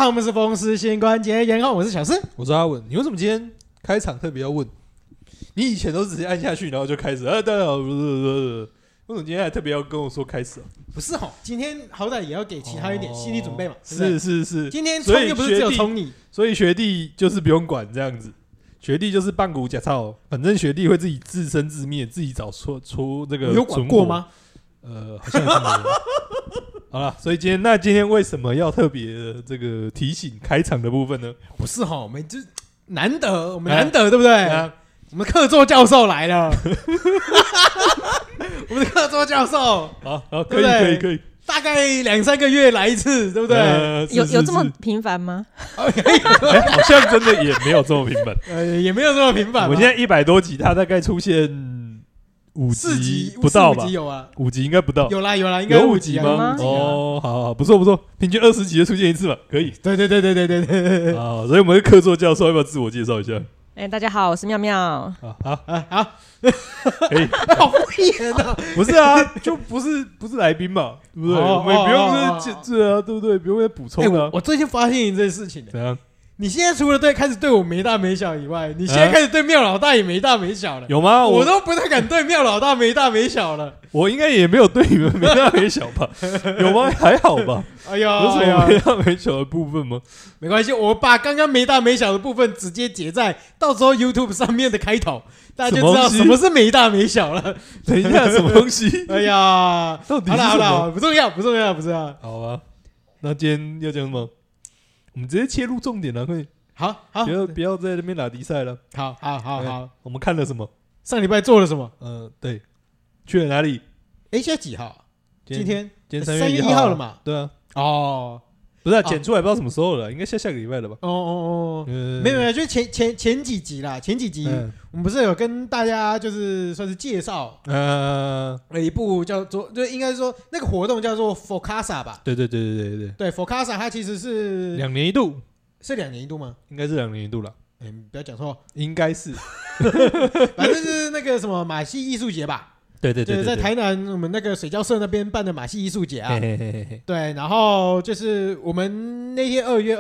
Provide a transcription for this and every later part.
我们是风湿性关节炎后，我是小四， 我是阿文。你为什么今天开场特别要问？你以前都直接按下去，然后就开始大家好，为什么今天还特别要跟我说开始啊？ 不是吼，今天好歹也要给其他一点心理准备嘛。 是， 今天冲又不是只有冲你， 所以学弟就是不用管这样子。学弟就是半骨假操，反正学弟会自己自生自灭，自己找出这个。 有管过吗？ 好像是没有。好了，所以今天为什么要特别的这个提醒开场的部分呢？ 不是哈，我们就难得，对不对？我们客座教授来了，我们的客座教授， 好，可以。 大概2-3个月来一次，对不对？ 有这么频繁吗？ 好像真的也没有这么频繁， 也没有这么频繁。 我现在100多集，他大概出现5集不到吧？ 有啊 ，5集应该不到。 有啦，应该有5集吗？哦，好，不错，平均20集就出现一次吧，可以。 对。 好，所以我们的客座教授要不要自我介绍一下？ 大家好，我是妙妙。 好， 可以。好敷衍啊！ 不是啊，就不是来宾嘛，对不对？我们也不用这啊，对不对？不用补充啊。 我最近发现一件事情， 怎样？ 你现在除了开始对我没大没小以外，你现在开始对妙老大也没大没小了， 有吗？ 我都不太敢对妙老大没大没小了。 我应该也没有对你们没大没小吧？有吗？还好吧。 哎呀， 有什么没大没小的部分吗？ 没关系，我把刚刚没大没小的部分直接截在到时候 YouTube 上面的开头，大家就知道什么是没大没小了。 等一下，什么东西？ 哎呀， 到底是什么？ 好了，不重要。 好啊，那今天要讲什么？我们直接切入重点了，快！ 好， 不要在那边打比赛了。 好， 我们看了什么？ 上礼拜做了什么？ 对，去了哪里？ 现在几号？今天 3月 1号了嘛？ 对啊。 哦， 不是剪出来不知道什么时候了，应该下个礼拜了吧？ 没有，就是前几集啦，我们不是有跟大家就是算是介绍一部叫做，就应该说那个活动叫做 Focasa 吧？ 对 ，Focasa 它其实是 2年一度。 是2年一度吗？ 应该是2年一度了。 不要讲错， 应该是， 反正是那个什么马戏艺术节吧。 对， 就是在台南我们那个水交社那边办的马戏艺术节啊。 嘿对，然后就是我们那天2月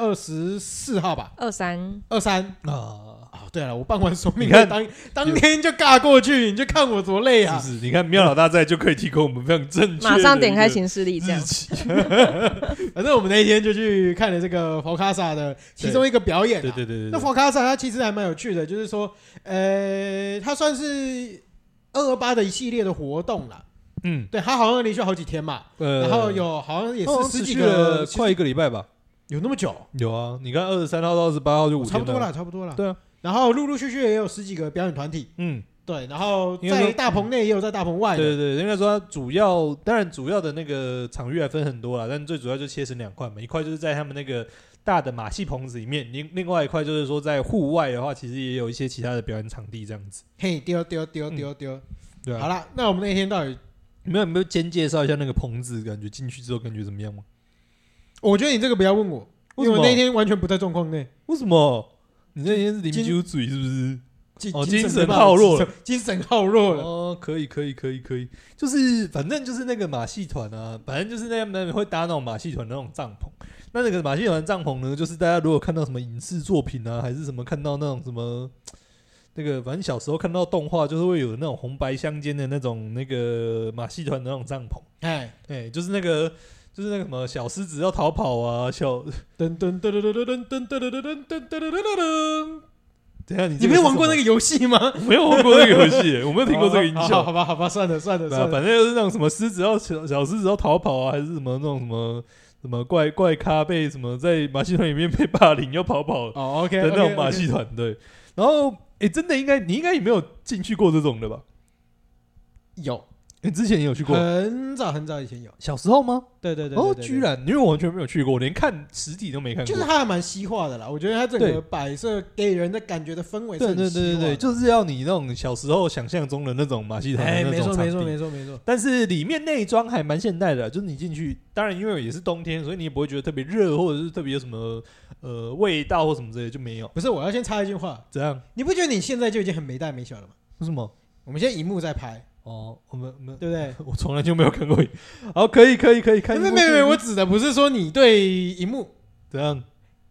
24号吧，23啊。对了，我办完说明会当天就尬过去，你就看我多累啊！ 是不是？你看妙老大在就可以提供我们非常正确的， 马上点开行事历这样。 反正我们那一天就去看了这个佛卡萨的其中一个表演。 对。 那佛卡萨它其实还蛮有趣的，就是说，它算是228的一系列的活动啦。对，它好像连续好几天嘛，然后有好像也是10几个， 快1个礼拜吧。 有那么久？ 有啊，你看23号到28号就5天了， 差不多了。 对啊。 然后陆陆续续也有10几个表演团体，对，然后在大棚内也有在大棚外的， 对，应该说当然主要的那个场域还分很多啦，但最主要就切成2块嘛，一块就是在他们那个大的马戏棚子里面，另外一块就是说在户外的话，其实也有一些其他的表演场地这样子。 嘿，丢，对啊。好了，那我们那天到底有没有先介绍一下那个棚子？感觉进去之后感觉怎么样吗？ 我觉得你这个不要问我，因为我那天完全不在状况内。 为什么？你那天是啉酒醉是不是？ 精神耗弱了， 精神耗弱了。 哦，可以，就是反正就是那个马戏团啊，反正就是那边会搭那种马戏团的那种帐篷。那个马戏团帐篷呢，就是大家如果看到什么影视作品啊，还是什么看到那种什么那个，反正小时候看到动画，就是会有那种红白相间的那种那个马戏团的那种帐篷。就是那个什么小狮子要逃跑啊，噔噔噔噔噔噔噔噔噔噔噔。等一下， 你没有玩过那个游戏吗？ 我没有玩过那个游戏，我没有听过这个音效。 好吧，算了。 反正就是那种什么狮子要小狮子要逃跑啊，还是什么那种什么怪咖被什么在马戏团里面被霸凌要跑的那种马戏团。对，然后真的你应该也没有进去过这种的吧？ 有。 之前也有去过， 很早以前有， 小时候吗？ 对， 居然，因为我完全没有去过，我连看实体都没看过。 就是它还蛮西化的啦，我觉得它整个摆设给人的感觉的氛围是很西化的。 对，就是要你那种小时候想象中的那种马戏团的那种场地。 没错。但是里面内装还蛮现代的，就是你进去，当然因为也是冬天，所以你也不会觉得特别热，或者是特别有什么味道或什么之类的就没有。 不是，我要先插一句话， 怎样？ 你不觉得你现在就已经很没大没小了吗？ 为什么？ 我们现在荧幕在拍。 我们对不对？ 我从来就没有看过。好，可以看。 没，我指的不是说你对荧幕怎样，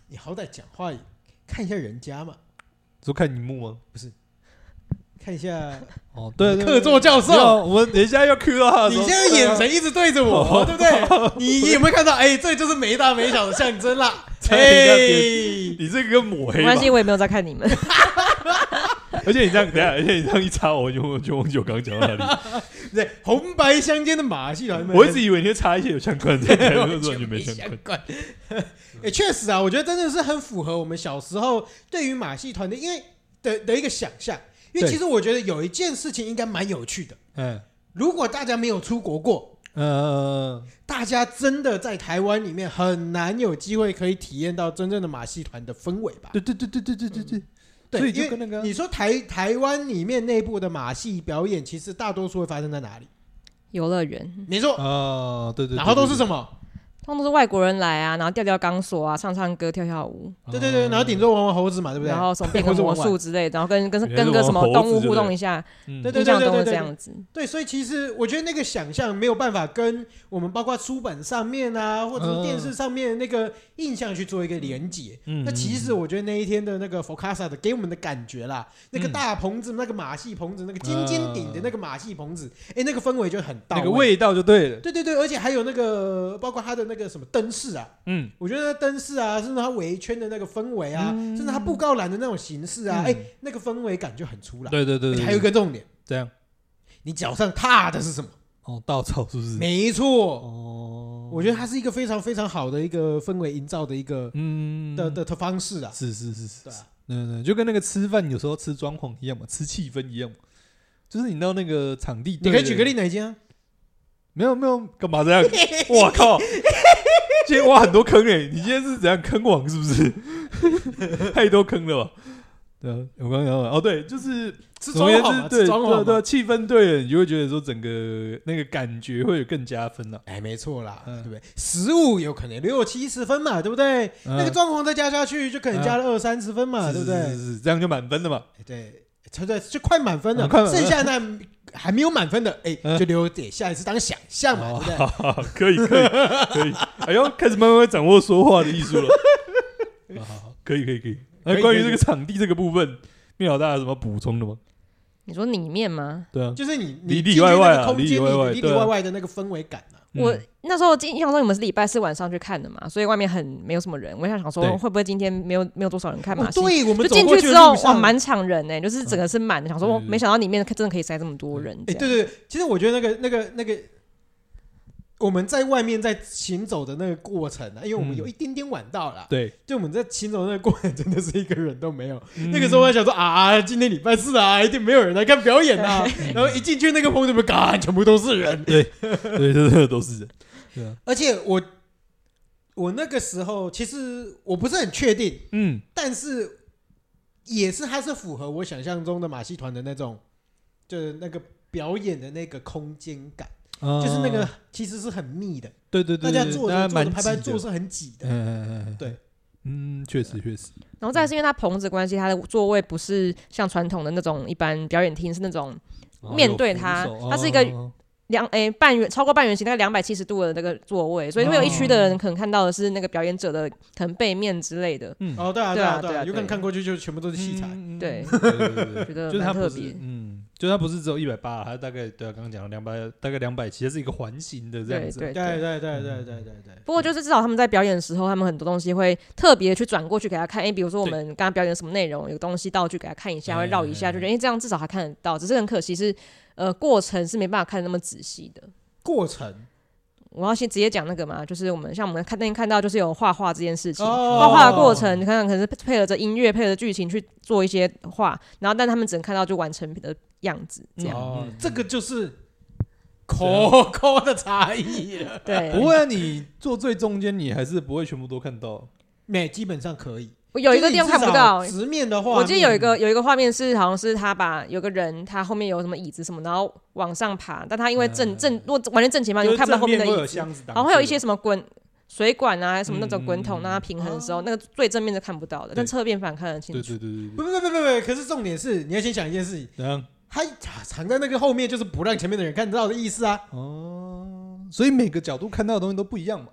你好歹讲话看一下人家嘛， 说看荧幕吗？ 不是，看一下哦，对， 客座教授， 我们等一下要 Q 到他的时候， 你现在眼神一直对着我，对不对？你有没有看到？这就是没大没小的象征啦。 你这个跟抹黑， 没关系，我也没有在看你们。 而且你这样，等下，而且你这样一插，我就忘记我刚刚讲到哪里。 对，红白相间的马戏团， 我一直以为你会插一些有相关的，完全没相关。 确实啊，我觉得真的是很符合我们小时候对于马戏团的，因为的一个想象。因为其实我觉得有一件事情应该蛮有趣的，如果大家没有出国过，大家真的在台湾里面很难有机会可以体验到真正的马戏团的氛围吧？ 对。 对， 所以就跟那个你说台湾里面内部的马戏表演，其实大多数会发生在哪里？ 游乐园， 没错啊，对， 然后都是什么？ 通常都是外国人来啊，然后吊钢索啊，唱歌、跳舞， 对，然后顶多玩猴子嘛，对不对？ 然后什么变个魔术之类的，然后跟个什么动物互动一下， 对， 印象中是这样子。 对，所以其实我觉得那个想象没有办法跟我们包括书本上面啊，或者是电视上面那个印象去做一个连结。那其实我觉得那一天的那个 Focasa 的给我们的感觉啦，那个大棚子、那个马戏棚子、那个尖顶的那个马戏棚子，那个氛围就很到位， 那个味道就对了。 对，而且还有那个包括它的那个什么灯饰啊，我觉得灯饰啊，甚至它围圈的那个氛围啊，甚至它布告栏的那种形式啊，那个氛围感就很出来。 对， 还有一个重点， 这样， 你脚上踏的是什么？ 稻草是不是？ 没错。我觉得它是一个非常非常好的一个氛围营造的一个的方式啊。 是，对啊，对，就跟那个吃饭有时候吃装潢一样嘛，吃气氛一样嘛，就是你到那个场地， 你可以举个例哪一间啊？ 没有，干嘛这样？哇靠！今天挖很多坑你今天是怎样坑王是不是？太多坑了吧？对啊，我刚刚讲对，就是吃装潢嘛， 对，气氛对了，你就会觉得说整个那个感觉会有更加分了。 没错啦，对不对？食物有可能60-70分嘛，对不对？那个装潢再加下去，就可能加了20-30分嘛，对不对？ 是，这样就满分了嘛。 对，就快满分了，剩下那还没有满分的，就留给下一次当想象嘛，对不对？可以，哎呦，开始慢慢掌握说话的艺术了。好，可以。关于这个场地这个部分，妙大有什么补充的吗？ 你说里面吗？ 对啊， 就是你里外外空间里外外的那个氛围感啊。 我那时候印象中你们是礼拜4晚上去看的嘛，所以外面没有什么人。我想说会不会今天没有多少人看马戏？ 对，我们就进去之后哇，满场人就是整个是满的。想说没想到里面真的可以塞这么多人。 对，其实我觉得那个我们在外面在行走的那个过程啊，因为我们有一点点晚到了， 对， 就我们在行走的那个过程真的是一个人都没有。那个时候我想说今天礼拜4啊，一定没有人来看表演啊。然后一进去那个棚子里面，全部都是人， 对，真的都是人。对啊， 而且我那个时候其实我不是很确定，但是也是它是符合我想象中的马戏团的那种，就是那个表演的那个空间感。就是那个其实是很密的， 对， 大家坐着排坐是很挤的，对， 确实。 然后再是因为它棚子关系，它的座位不是像传统的那种一般表演厅是那种面对它是一个半圆超过半圆形，大概270度的那个座位，所以会有一区的人可能看到的是那个表演者的可能背面之类的。 对啊，有可能看过去就全部都是器材， 对，觉得蛮特别。 就它不是只有180，它大概刚刚讲的200，大概270，其实是一个环形的这样子。 对。 不过就是至少他们在表演的时候，他们很多东西会特别去转过去给他看。比如说我们刚刚表演什么内容，有东西道具给他看一下，会绕一下，就觉得这样至少他看得到。只是很可惜是，过程是没办法看得那么仔细的。 过程。 我要先直接讲那个嘛，就是我们那天看到就是有画画这件事情，画画的过程，你看看可能是配合着音乐、配合着剧情去做一些画，然后但他们只能看到就完成品的样子，这样。 这个就是口的差异了。 对， 不会啊，你坐最中间，你还是不会全部都看到。 基本上可以。 我有一个地方看不到直面的话， 我记得有一个画面是好像是他把有个人他后面有什么椅子什么，然后往上爬，但他因为如果完全正前方，你看不到后面的椅子，然后会有一些什么水管啊，什么那种滚筒让它平衡的时候，那个最正面是看不到的，但侧面反而看得清楚。 对。 不，可是重点是你要先想一件事情，它藏在那个后面，就是不让前面的人看得到的意思啊。 所以每个角度看到的东西都不一样嘛。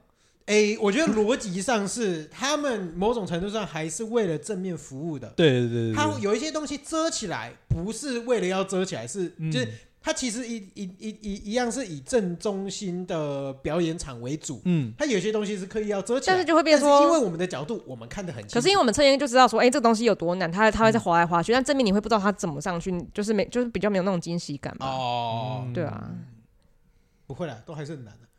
我觉得逻辑上是他们某种程度上还是为了正面服务的。 对， 他有一些东西遮起来，不是为了要遮起来，就是他其实一样是以正中心的表演场为主。他有些东西是刻意要遮起来， 但是就会变说， 因为我们的角度我们看得很清楚。 可是因为我们侧面就知道说，这个东西有多难，它会再滑来滑去，但正面你会不知道它怎么上去，就是比较没有那种惊喜感吧。对啊， 不会啦，都还是很难的。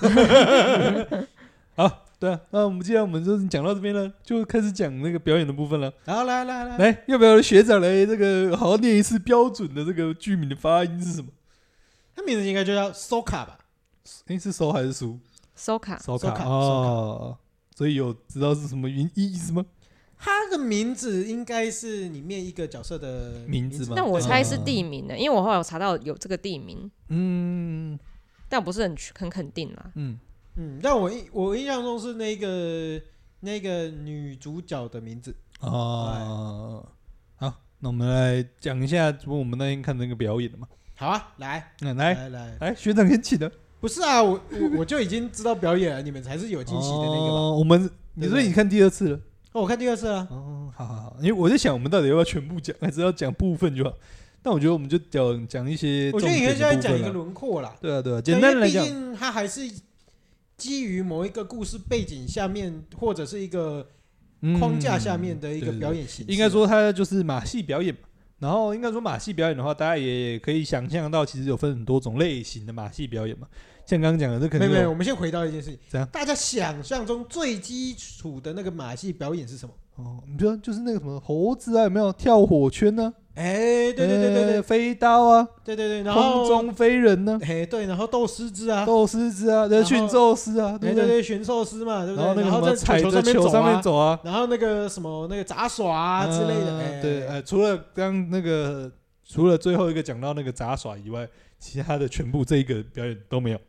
好，对啊，那既然我们就是讲到这边了，就开始讲那个表演的部分了。 好，来， 要不要学长来这个好好念一次标准的这个剧名的发音是什么？ 他名字应该就叫 Soka 吧？ 是收还是输 ？Soka 哦，所以有知道是什么意思吗？ 他的名字应该是里面一个角色的名字吗？ 但我猜是地名的，因为我后来有查到有这个地名。但我不是很肯定啦。 但我印象中是那个女主角的名字。 好，那我们来讲一下我们那天看的那个表演的嘛。 好啊，来， 学长先请的。 不是啊，我就已经知道表演了，你们才是有惊喜的那个吧？ 你说你看第二次了？ 我看第二次了。 好，因为我在想，我们到底要不要全部讲，还是要讲部分就好？但我觉得我们就讲一些重点的部分啦。我觉得你可以现在讲一个轮廓啦。对啊，简单来讲，毕竟它还是基于某一个故事背景下面，或者是一个框架下面的一个表演形式。应该说它就是马戏表演嘛。然后应该说马戏表演的话，大家也可以想象到，其实有分很多种类型的马戏表演嘛。像刚刚讲的，这可能没有。我们先回到一件事情，怎样？大家想象中最基础的那个马戏表演是什么？你说就是那个什么猴子啊，有没有跳火圈呢？对，飞刀啊，对，然后空中飞人呢？对，然后斗狮子啊，驯兽师啊，对，驯兽师嘛，对不对？然后在踩着球上面走啊，然后那个什么那个杂耍啊之类的，对，除了最后一个讲到那个杂耍以外，其他的全部这一个表演都没有。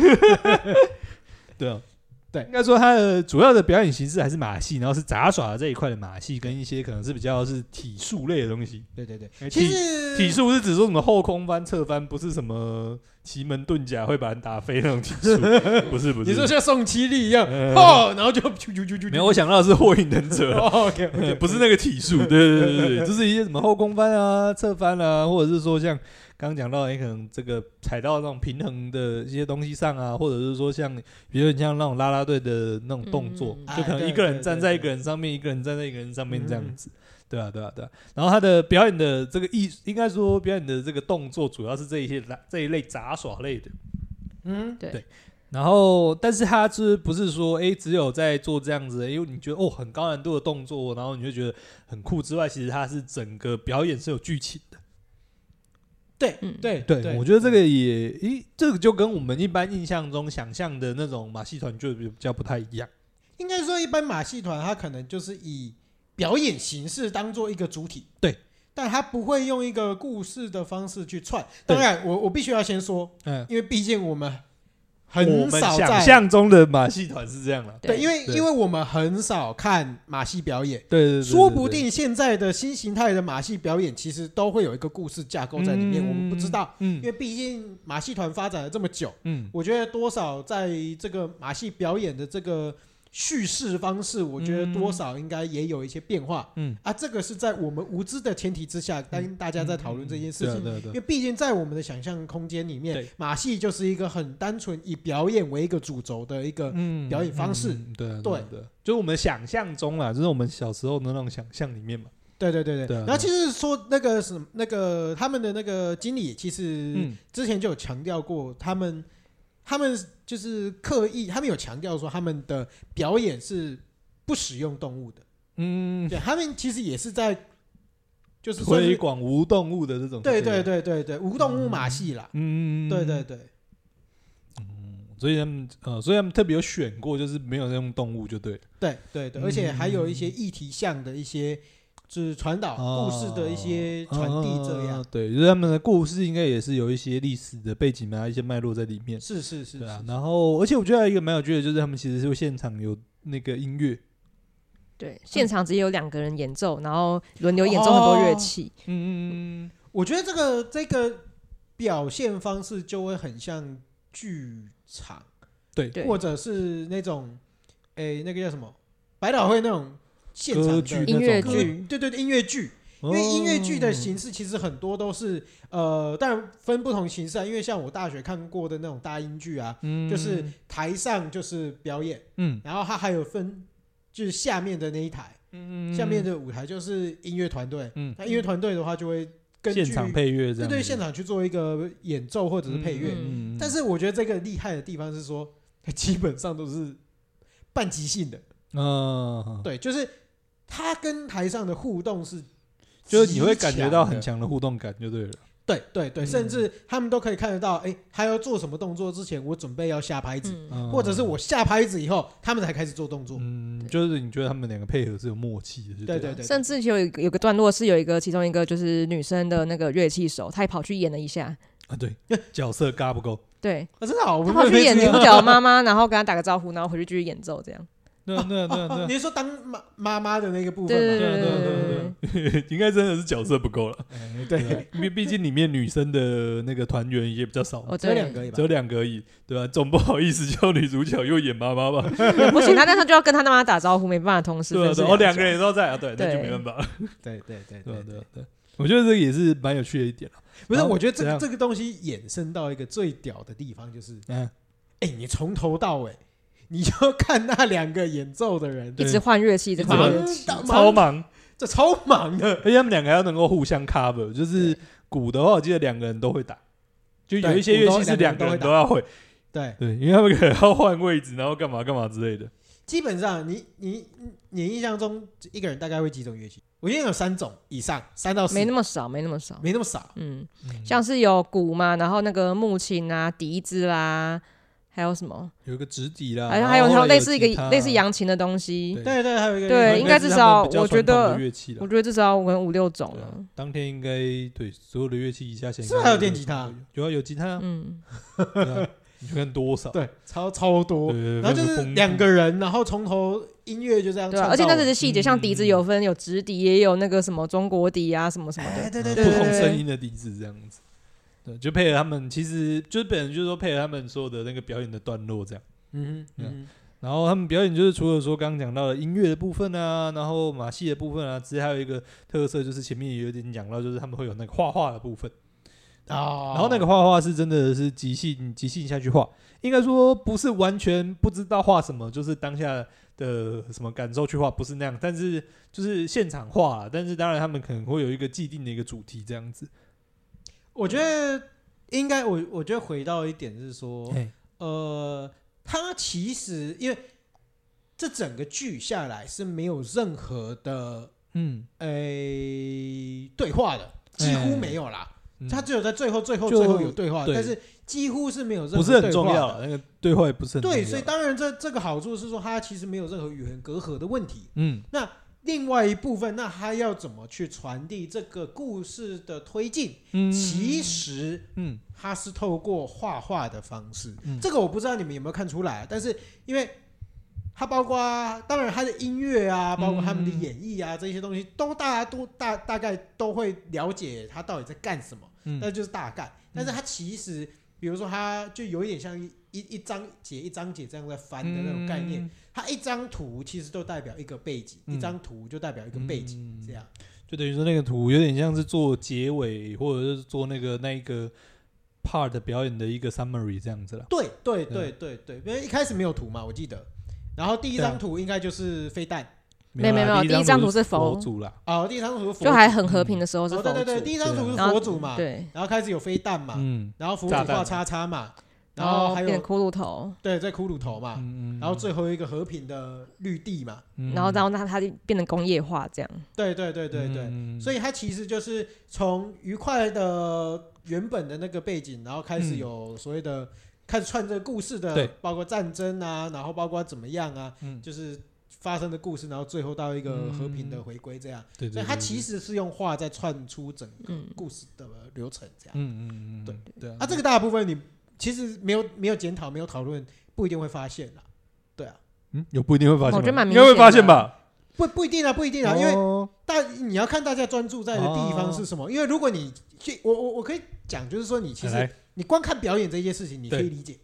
对啊。对，应该说它的主要的表演形式还是马戏，然后是杂耍的这一块的马戏，跟一些可能是比较是体术类的东西。对，其实体术是指说什么后空翻、侧翻，不是什么奇门遁甲会把人打飞那种体术，不是。你说像宋七力一样，然后就没有，我想到的是火影忍者，OK，不是那个体术，对，就是一些什么后空翻啊、侧翻啊，或者是说像。刚刚讲到，可能这个踩到那种平衡的一些东西上啊，或者是说像，比如像那种啦啦队的那种动作，就可能一个人站在一个人上面，一个人站在一个人上面这样子，对啊。然后他的表演的这个应该说表演的这个动作，主要是这一类杂耍类的，对。然后，但是他不是说，只有在做这样子，因为你觉得很高难度的动作，然后你就觉得很酷之外，其实他是整个表演是有剧情的。对，我觉得这个这个就跟我们一般印象中想象的那种马戏团就比较不太一样。应该说，一般马戏团它可能就是以表演形式当做一个主体，对，但它不会用一个故事的方式去串。当然，我必须要先说，因为毕竟我们很少想象中的马戏团是这样了。对，因为我们很少看马戏表演。对，说不定现在的新形态的马戏表演其实都会有一个故事架构在里面，我们不知道。因为毕竟马戏团发展了这么久，我觉得多少在这个马戏表演的这个叙事方式，我觉得多少应该也有一些变化。这个是在我们无知的前提之下跟大家在讨论这件事情。因为毕竟在我们的想象空间里面，马戏就是一个很单纯以表演为一个主轴的一个表演方式。对，就是我们想象中啦，就是我们小时候的那种想象里面嘛。对。然后其实说那个他们的那个经理，其实之前就有强调过，他们就是刻意，他们有强调说他们的表演是不使用动物的。对，他们其实也是在就是推广无动物的这种。对，无动物马戏啦。对。所以他们特别有选过，就是没有用动物就对了。对，而且还有一些议题向的一些。就是传导故事的一些传递，这样对，就是他们的故事应该也是有一些历史的背景啊，一些脉络在里面。是，对啊。然后，而且我觉得一个蛮有趣的，就是他们其实是现场有那个音乐，对，现场只有2个人演奏，然后轮流演奏很多乐器。我觉得这个表现方式就会很像剧场，对，或者是那种那个叫什么百老汇那种现场的音乐剧， 对对对，音乐剧。因为音乐剧的形式其实很多都是当然分不同形式啊。因为像我大学看过的那种大音剧啊，就是台上就是表演，然后它还有分就是下面的那一台，下面的舞台就是音乐团队，那音乐团队的话就会根据现场配乐这样， 对现场去做一个演奏或者是配乐。但是我觉得这个厉害的地方是说，基本上都是半即兴的，对，就是它跟台上的互动是。 就是你会感觉到很强的互动感就对了， 对对对，甚至他们都可以看得到，他要做什么动作之前，我准备要下拍子，或者是我下拍子以后，他们才开始做动作。 就是你觉得他们两个配合是有默契的， 对对对。 甚至有个段落是有一个其中一个就是女生的那个乐器手，她也跑去演了一下啊，对，角色嘎不够， 对， 真的好， 她跑去演女主角的妈妈，然后跟她打个招呼，然后回去继续演奏这样。 对， 你是说当妈妈的那个部分吗？ 对，应该真的是角色不够了。 对， 因为毕竟里面女生的那个团员也比较少， 只有2个而已吧， 只有2个而已，对吧？总不好意思叫女主角又演妈妈吧？ 不行，但是就要跟她妈妈打招呼，没办法同时。 对，2个人也都在啊，对，那就没办法了。 对， 我觉得这个也是蛮有趣的一点了。 不是，我觉得这个东西衍生到一个最屌的地方，就是你从头到尾。你就看那2个演奏的人一直换乐器， 超忙， 这超忙的。 而且他们2个要能够互相 cover， 就是鼓的话，我记得2个人都会打，就有一些乐器是2个人都要会。对，因为他们可能要换位置，然后干嘛干嘛之类的。 基本上你印象中一个人大概会几种乐器？我印象有3种以上，3到4， 没那么少。像是有鼓嘛，然后那个木琴啊、笛子啦。还有什么？ 有一个直笛啦， 还有类似一个类似扬琴的东西。 对，还有一个对，应该至少我觉得至少可能5-6种了。 当天应该对所有的乐器加起来， 是不是还有电吉他？ 有吉他，你看多少？ 对，超多。然后就是2个人，然后从头音乐就这样。 对，而且那是细节，像笛子有分有直笛，也有那个什么中国笛啊，什么什么的， 对， 不同声音的笛子这样子。对，就配合他们，其实就是本人就是说配合他们所有的那个表演的段落这样。然后他们表演就是除了说刚刚讲到的音乐的部分啊，然后马戏的部分啊，其实还有一个特色就是前面也有点讲到，就是他们会有那个画画的部分。然后那个画画是真的是即兴下去画，应该说不是完全不知道画什么，就是当下的什么感受去画，不是那样，但是就是现场画啦，但是当然他们可能会有一个既定的一个主题这样子。 我觉得应该，我觉得回到一点是说，他其实因为这整个剧下来是没有任何的对话的，几乎没有啦。他只有在最后有对话，但是几乎是没有任何对话的。 不是很重要，那个对话也不是很重要。 对，所以当然这个好处是说，它其实没有任何语言隔阂的问题。那另外一部分，那他要怎么去传递这个故事的推进？其实，他是透过画画的方式。这个我不知道你们有没有看出来，但是因为它包括当然他的音乐啊，包括他们的演绎啊，这些东西都大家都大概都会了解他到底在干什么，那就是大概。但是他其实，比如说他就有一点像一章节这样在翻的那种概念。它一张图其实都代表一个背景，一张图就代表一个背景，这样就等于说那个图有点像是做结尾，或者是做那一个 part 表演的一个 summary 这样子啦。 对，因为一开始没有图嘛，我记得。然后第一张图应该就是飞弹， 没有，第一张图是佛祖啦。 第一张图是佛祖， 就还很和平的时候是佛祖。 对，第一张图是佛祖嘛，对。然后开始有飞弹嘛，然后佛祖画叉叉嘛。然后还有骷髅头， 对，在骷髅头嘛，然后最后一个和平的绿地嘛， 然后它变成工业化这样。 对，所以它其实就是从愉快的原本的那个背景，然后开始有所谓的开始串这个故事的，包括战争啊，然后包括怎么样啊，就是发生的故事，然后最后到一个和平的回归这样。所以它其实是用画在串出整个故事的流程这样。对。这个大部分你。其实没有检讨，没有讨论，不一定会发现啦。对啊， 有不一定会发现， 我觉得蛮明显的，应该会发现吧？ 不一定啊，因为你要看大家专注在的地方是什么。因为如果你我可以讲，就是说你其实你光看表演这件事情，你可以理解，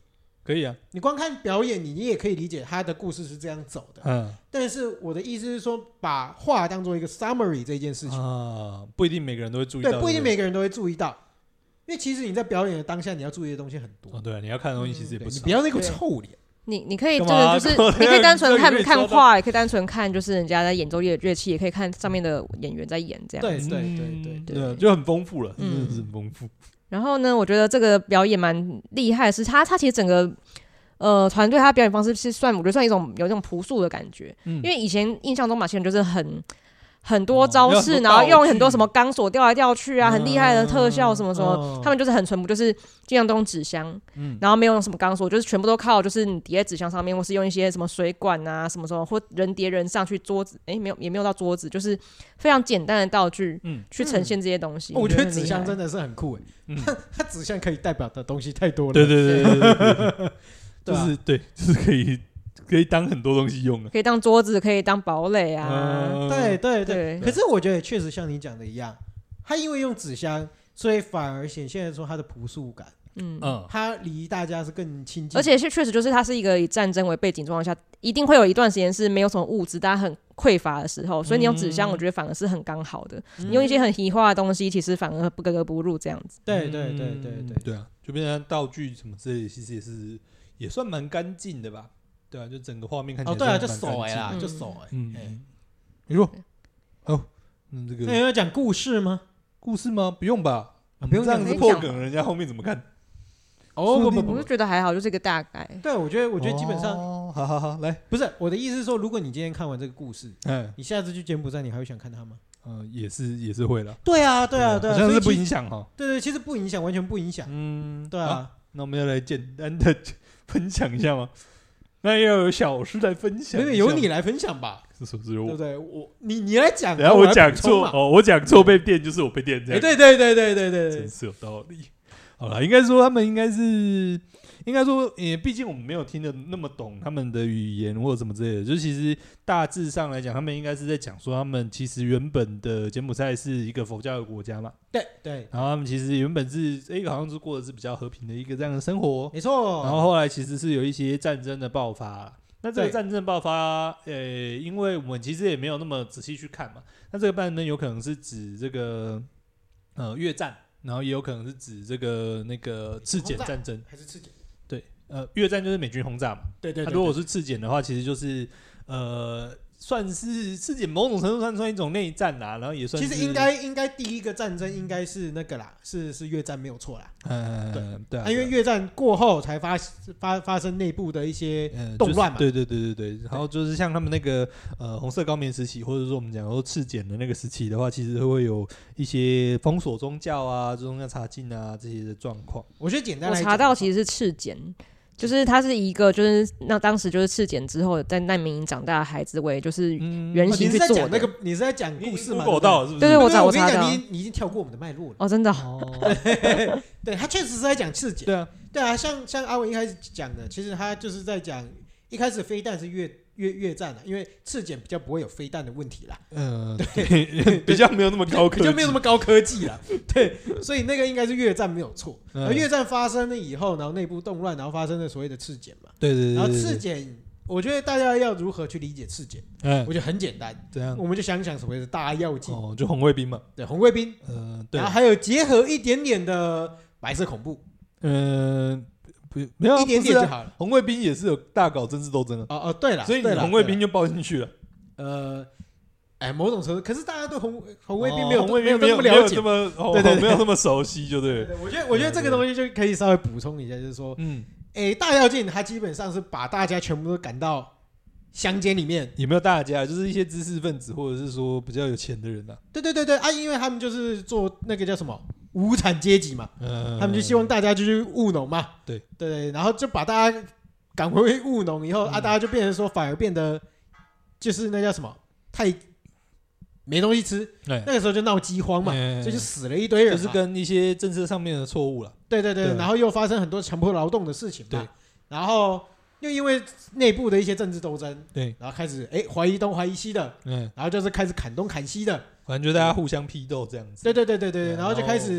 可以啊。 你光看表演，你也可以理解他的故事是这样走的。但是我的意思是说，把话当做一个 summary 这件事情不一定每个人都会注意到。 对，不一定每个人都会注意到，因为其实你在表演的当下，你要注意的东西很多。 对啊，你要看的东西其实也不少。 你不要那个臭脸。 你可以真的就是你可以单纯看画，也可以单纯看就是人家在演奏乐器，也可以看上面的演员在演这样子。 对， 就很丰富了，真的是很丰富。 然后呢，我觉得这个表演蛮厉害的是，他其实整个团队他表演方式是我觉得算有一种朴素的感觉，因为以前印象中马戏团就是很多招式，然后用很多什么钢索吊来吊去啊，很厉害的特效什么什么，他们就是很淳朴，就是尽量都用纸箱，然后没有用什么钢索，就是全部都靠就是你叠在纸箱上面，或是用一些什么水管啊什么什么，或人叠人上去，桌子也没有到桌子，就是非常简单的道具去呈现这些东西。 我觉得纸箱真的是很酷它纸箱可以代表的东西太多了。 对，就是对，就是可以当很多东西用的， 可以当桌子，可以当堡垒啊。 对。可是我觉得确实像你讲的一样，他因为用纸箱，所以反而显现出他的朴素感。他离大家是更亲近， 而且确实就是他是一个以战争为背景状况下，一定会有一段时间是没有什么物质，大家很匮乏的时候，所以你用纸箱，我觉得反而是很刚好的。你用一些很奇化的东西，其实反而格格不入这样子。 对啊，就变成道具什么之类的，其实也算蛮干净的吧。对啊，就整个画面看起来对啊，就手啦，就手你说这个那要讲故事吗？ 故事吗？不用吧， 不用这样子破梗，人家后面怎么看？ 我是觉得还好，就是一个大概。 对，我觉得基本上好来， 不是我的意思是说，如果你今天看完这个故事，你下次去柬埔寨，你还会想看他吗？ 也是会了。 对啊， 好像是不影响哈。 对，其实不影响，完全不影响。对啊。 那我们要来简单的分享一下吗？那要有小师来分享， 因为由你来分享吧， 是不是？对不对？你来讲， 然后我讲错我讲错被电就是我被电这样。 对， 真是有道理。好了，应该说他们应该说，毕竟我们没有听得那么懂他们的语言或者什么之类的，就其实大致上来讲，他们应该是在讲说，他们其实原本的柬埔寨是一个佛教的国家嘛， 对， 然后他们其实原本是好像是过的是比较和平的一个这样的生活， 没错， 然后后来其实是有一些战争的爆发。那这个战争爆发，因为我们其实也没有那么仔细去看嘛，那这个战争有可能是指这个越战。然后也有可能是指这个那个赤柬战争， 还是赤柬？ 对，越战就是美军轰炸嘛。对。如果是赤柬的话，其实就是算是赤柬某种程度上算一种内战啦，然后也算是。 其实应该第一个战争应该是那个啦，是越战没有错啦。对啊，因为越战过后才发生内部的一些动乱嘛。 对。然后就是像他们那个红色高棉时期，或者说我们讲说赤柬的那个时期的话，其实会有一些封锁宗教啊、宗教查禁啊这些的状况。 我觉得简单来讲， 我查到其实是赤柬。就是他是一个，就是那当时就是赤柬之后在难民营长大的孩子为就是原型去做的。 你是在讲故事吗？ 是不是？ 对，我跟你讲，你已经跳过我们的脉络了。 哦，真的。 对，他确实是在讲赤柬。对啊，像阿文一开始讲的，其实他就是在讲一开始飞弹是越战了，因为赤柬比较不会有飞弹的问题啦。 对，比较没有那么高科技， 比较没有那么高科技啦。对，所以那个应该是越战没有错。而越战发生了以后，然后内部动乱，然后发生了所谓的赤柬嘛。 对。 然后赤柬，我觉得大家要如何去理解赤柬？我觉得很简单， 怎样？ 我们就想所谓的大跃进。 就红卫兵嘛。 对，红卫兵。 对。 然后还有结合一点点的白色恐怖。 没有一点点就好了。 红卫兵也是有大搞政治斗争啊。对了， 所以你红卫兵就包进去了。 某种程度，可是大家对红卫兵没有那么了解， 对，没有那么熟悉，就对。 我觉得这个东西就可以稍微补充一下，就是说，大跃进它基本上是把大家全部都赶到乡间里面。 也没有大家，就是一些知识分子或者是说比较有钱的人啊。 对啊，因为他们就是做那个叫什么无产阶级嘛，他们就希望大家就去务农嘛。对，然后就把大家赶回务农以后大家就变成说反而变得就是那叫什么太没东西吃，那个时候就闹饥荒嘛，所以就死了一堆人， 就是跟一些政策上面的错误了。 对，然后又发生很多强迫劳动的事情嘛，然后又因为内部的一些政治斗争，然后开始怀疑东怀疑西的，然后就是开始砍东砍西的， 反正就大家互相批斗这样子。 对，然后就开始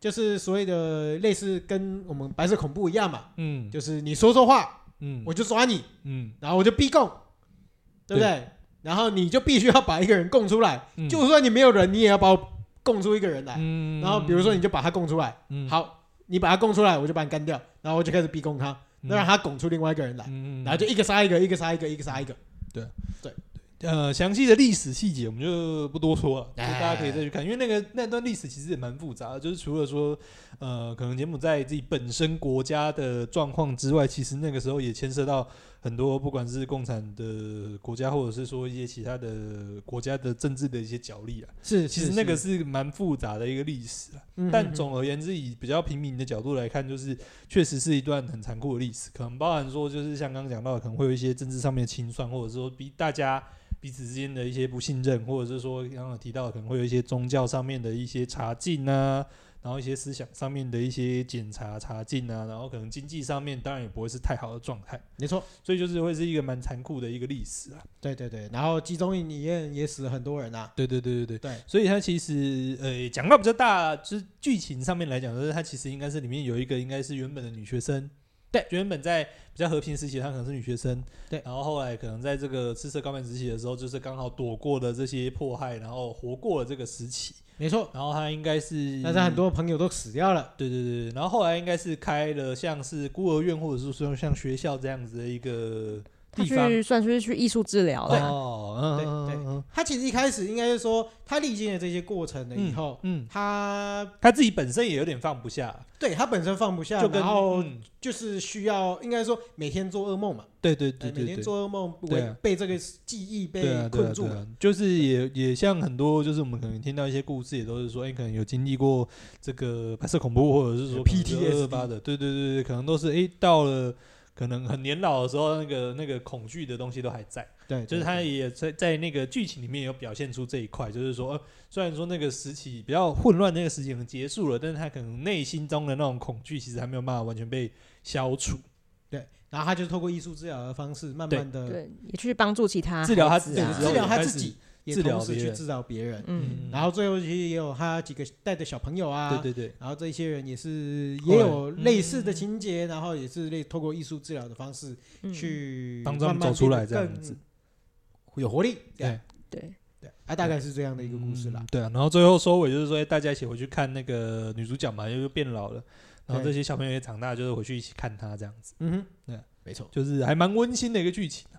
就是所谓的类似跟我们白色恐怖一样嘛，就是你说话，我就抓你，然后我就逼供，对不对？然后你就必须要把一个人供出来，就算你没有人，你也要把我供出一个人来。然后比如说你就把他供出来，好，你把他供出来，我就把你干掉，然后我就开始逼供他，让他拱出另外一个人来，然后就一个杀一个，一个杀一个，一个杀一个。对。 详细的历史细节我们就不多说了，大家可以再去看，因为那段历史其实也蛮复杂的，就是除了说可能柬埔寨自己本身国家的状况之外，其实那个时候也牵涉到很多不管是共产的国家，或者是说一些其他的国家的政治的一些角力啊，其实那个是蛮复杂的一个历史啊。但总而言之，以比较平民的角度来看，就是确实是一段很残酷的历史，可能包含说就是像刚刚讲到的，可能会有一些政治上面的清算，或者说逼大家彼此之间的一些不信任，或者是说刚刚提到的可能会有一些宗教上面的一些查禁啊，然后一些思想上面的一些检查查禁啊，然后可能经济上面当然也不会是太好的状态， 没错， 所以就是会是一个蛮残酷的一个历史啊。 对，然后集中营里面也死了很多人啊。对， 所以它其实讲到比较大，就是剧情上面来讲，就是它其实应该是里面有一个应该是原本的女学生。对，原本在比较和平时期，她可能是女学生，对，然后后来可能在这个赤色高棉时期的时候，就是刚好躲过了这些迫害，然后活过了这个时期，没错。然后她应该是， 但是很多朋友都死掉了， 对。然后后来应该是开了像是孤儿院，或者是说像学校这样子的一个地方， 算是去艺术治疗了。 对，他其实一开始应该是说，他历经了这些过程了以后，他自己本身也有点放不下， 对他本身放不下，然后就是需要应该说每天做噩梦嘛，对，每天做噩梦，被这个记忆被困住了， 就是也像很多就是我们可能听到一些故事，也都是说，可能有经历过这个白色恐怖，或者是说 PTSD 的，对，可能都是到了。可能很年老的时候，那个恐惧的东西都还在。对，就是他也在那个剧情里面有表现出这一块，就是说，虽然说那个时期比较混乱，那个时期可能结束了，但是他可能内心中的那种恐惧，其实还没有办法完全被消除。 对，然后他就透过艺术治疗的方式，慢慢的对，也去帮助其他治疗他自己。也同时去治疗别人，然后最后其实也有他几个带的小朋友啊，对，然后这些人也有类似的情节，然后也是透过艺术治疗的方式去帮他们走出来，这样子有活力， 对， 大概是这样的一个故事啦。 对啊，然后最后收尾就是说，大家一起回去看那个女主角嘛，又变老了，然后这些小朋友也长大，就是回去一起看她这样子。对，没错，就是还蛮温馨的一个剧情。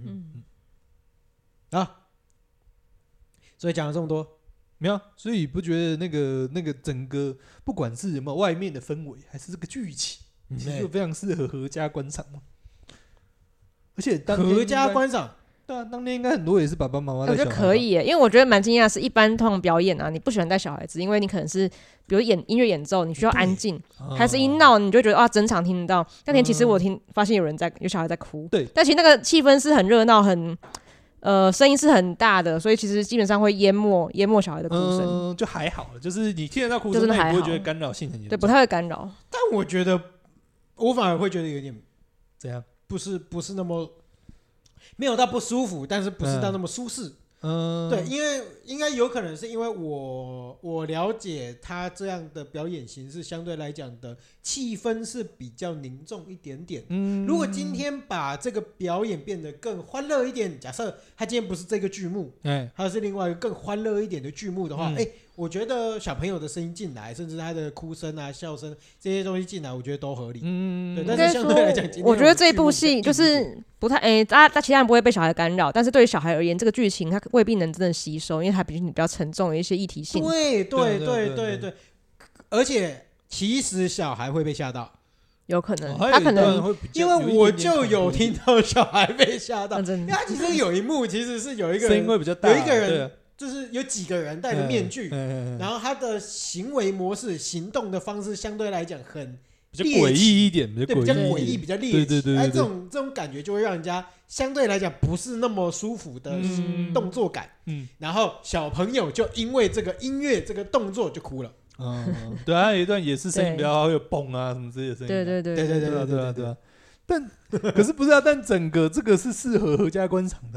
啊。所以讲了这么多， 没有，所以不觉得那个整个不管是有没有外面的氛围，还是这个剧情，其实就非常适合合家观赏嘛。而且合家观赏， 对啊，当天应该很多也是爸爸妈妈带小孩。 我觉得可以耶，因为我觉得蛮惊讶，是一般通常表演啊，你不喜欢带小孩子，因为你可能是比如音乐演奏，你需要安静，还是一闹你就觉得整场听得到。那天其实我发现有小孩在哭，对，但其实那个气氛是很热闹，声音是很大的，所以其实基本上会淹没小孩的哭声， 就还好，就是你听得到哭声，但你不会觉得干扰性很严重， 对，不太会干扰。 但我觉得，我反而会觉得有点怎样， 不是那么没有到不舒服，但是不是到那么舒适。对，因为应该有可能是因为我了解他这样的表演形式，相对来讲的气氛是比较凝重一点点。如果今天把这个表演变得更欢乐一点，假设他今天不是这个剧目，他是另外一个更欢乐一点的剧目的话，我觉得小朋友的声音进来，甚至他的哭声啊、笑声这些东西进来，我觉得都合理。对，但是相对来讲， 我觉得这部戏就是不太大家其他人不会被小孩干扰，但是对于小孩而言，这个剧情他未必能真的吸收，因为它比较沉重的一些议题性。 对，而且其实小孩会被吓到。 有可能，他可能因为我就有听到小孩被吓到，因为他其实有一幕其实是有一个人声音会比较大， 有一个人就是有几个人戴着面具，然后他的行为模式、行动的方式相对来讲很比较诡异一点， 比较诡异、比较猎奇，这种感觉就会让人家相对来讲不是那么舒服的动作感。然后小朋友就因为这个音乐、这个动作就哭了。 对啊，有一段也是声音比较会有蹦啊什么之类的声音。对啊。但可是不是啊？但整个这个是适合合家观赏的吧？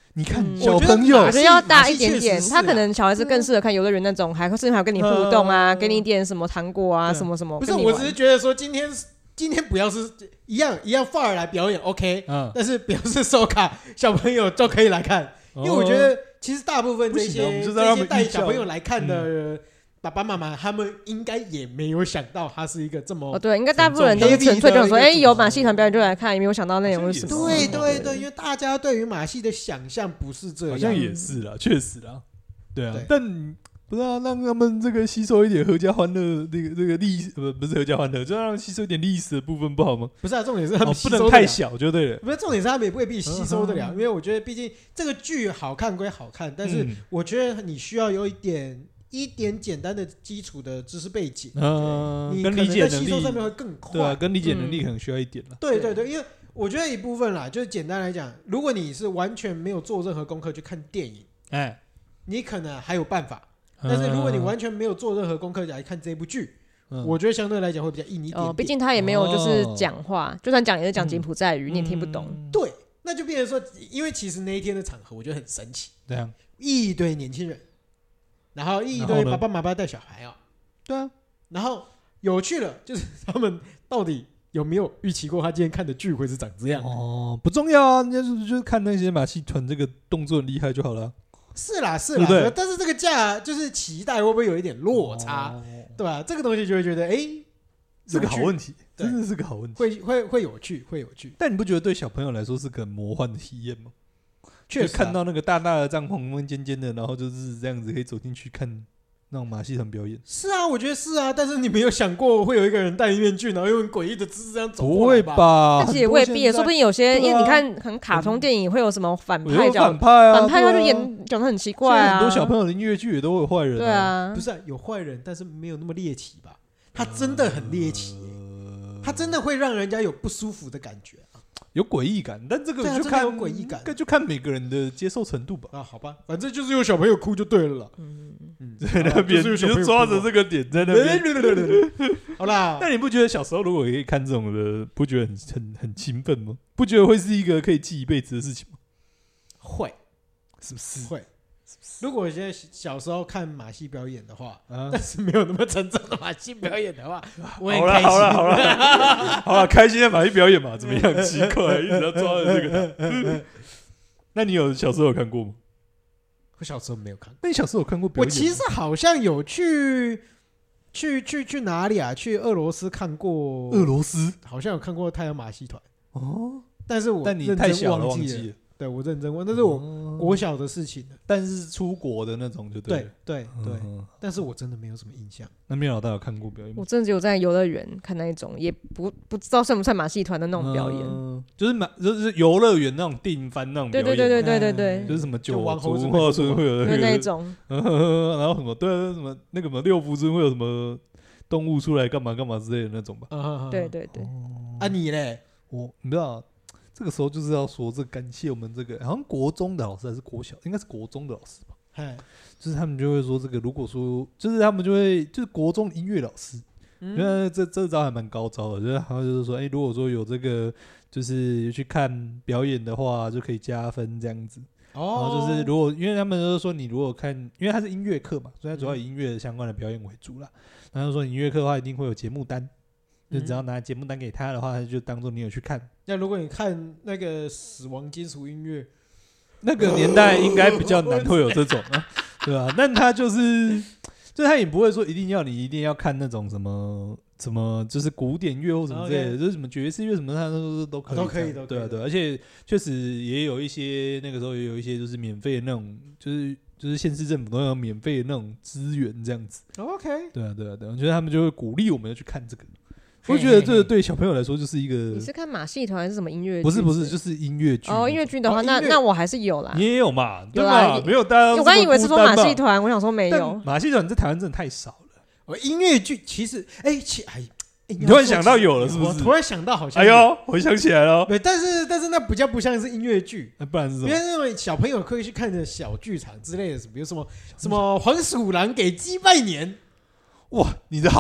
你看小朋友， 我觉得要大一点点，他可能小孩子更适合看游乐园那种，甚至还跟你互动啊，给你一点什么糖果啊，什么什么。 不是，我只是觉得说今天不要是一样范儿来表演 OK，但是不要是收卡，小朋友就可以来看，因为我觉得其实大部分这些带小朋友来看的。爸爸妈妈他们应该也没有想到他是一个这么对，应该大部分人都是纯粹跟我说，有马戏团表演就来看，也没有想到内容是什么。 对，因为大家对于马戏的想象不是这样， 好像也是啦，确实啦，对啊，但不知道让他们这个吸收一点合家欢乐，这个历史不是合家欢乐，就让他们吸收一点历史的部分不好吗？ 不是啊，重点是他们不能太小就对了。 不是重点是他们也未必吸收得了，因为我觉得毕竟这个剧好看归好看，但是我觉得你需要有一点简单的基础的知识背景，你可能在吸收上面会更快。 对啊，跟理解能力可能需要一点了。 对，因为我觉得一部分啦，就是简单来讲，如果你是完全没有做任何功课去看电影，你可能还有办法。但是如果你完全没有做任何功课来看这部剧，我觉得相对来讲会比较硬一点。 毕竟他也没有就是讲话，就算讲也是讲柬埔寨语，你也听不懂。 对，那就变成说，因为其实那一天的场合我觉得很神奇， 对啊， 一堆年轻人。然后一堆爸爸妈妈带小孩啊， 对啊， 然后有趣了，就是他们到底有没有预期过他今天看的剧会是长这样？ 不重要啊，人家就是看那些马戏团这个动作很厉害就好了。 是啦， 对， 但是这个价就是期待会不会有一点落差，对吧？这个东西就会觉得， 是个好问题，真的是个好问题， 会有趣。 但你不觉得对小朋友来说是个魔幻的体验吗？ 确实看到那个大大的帐篷温尖尖的，然后就是这样子可以走进去看那种马戏团表演。 是啊，我觉得是啊，但是你没有想过会有一个人戴面具，然后用诡异的姿势这样走过来吧？不会吧？ 但是也未必，说不定有些，因为你看很卡通电影会有什么反派反派他就讲得很奇怪啊。 很多小朋友的音乐剧也都会有坏人， 对啊， 不是有坏人，但是没有那么猎奇吧？他真的很猎奇，他真的会让人家有不舒服的感觉。 有诡异感，但这个就看每个人的接受程度吧。 好吧，反正就是有小朋友哭就对了啦。 在那边就抓着这个点在那边。 好啦， 那你不觉得小时候如果可以看这种的，不觉得很兴奋吗？不觉得会是一个可以记一辈子的事情吗？ 会， 是不是？ 会。如果我现在小时候看马戏表演的话，但是没有那么沉重的马戏表演的话，我很开心。 好了，开心的马戏表演嘛，怎么样？奇怪，一直要抓着这个。那你小时候有看过吗？ 我小时候没有看过。 那你小时候有看过表演？ 我其实好像有去哪里啊？去俄罗斯看过。 俄罗斯好像有看过太阳马戏团哦， 但你太小了忘记了。 对，我认真问，那是我小的事情了， 但是出国的那种就对了。 对，但是我真的没有什么印象。 那面老大有看过表演吗？ 我真的只有在游乐园看那一种，也不知道算不算马戏团的那种表演， 就是游乐园那种定番那种表演。 对， 就是什么九族文化村会有那一种， 然后什么什么那个什么六福村会有什么动物出来干嘛干嘛之类的那种吧。 对。 啊，你嘞？ 你知道。这个时候就是要说，这感谢我们这个好像国中的老师还是国小，应该是国中的老师吧。就是他们就会说，这个如果说，就是他们就会就是国中音乐老师，因为这招还蛮高招的，就是好像就是说，如果说有这个就是去看表演的话，就可以加分这样子。然后就是如果因为他们都说你如果看，因为它是音乐课嘛，所以它主要以音乐相关的表演为主啦。然后说音乐课的话，一定会有节目单。就只要拿节目单给他的话，他就当做你有去看。 那如果你看那个死亡金属音乐， 那个年代应该比较难会有这种啊，对吧？但他就是他也不会说一定要看那种什么就是古典乐或什么之类的，就是什么爵士乐什么，他都可以。对啊，而且确实也有一些那个时候也有一些就是免费的那种，就是县市政府都有免费的那种资源这样子。 OK， 对啊，我觉得他们就会鼓励我们要去看这个。我觉得这对小朋友来说就是一个。你是看马戏团还是什么音乐剧？ 不是，就是音乐剧。 音乐剧的话，那我还是有啦。 你也有嘛？对吧？没有大家。 我刚以为是说马戏团，我想说没有。 马戏团在台湾真的太少了。 音乐剧其实， 你突然想到有了是不是？ 我突然想到好像。 我想起来了。 对，但是那比较不像是音乐剧， 不然是什么？ 因为那种小朋友可以去看的小剧场之类的，比如什么黄鼠狼给鸡拜年。 哇，你的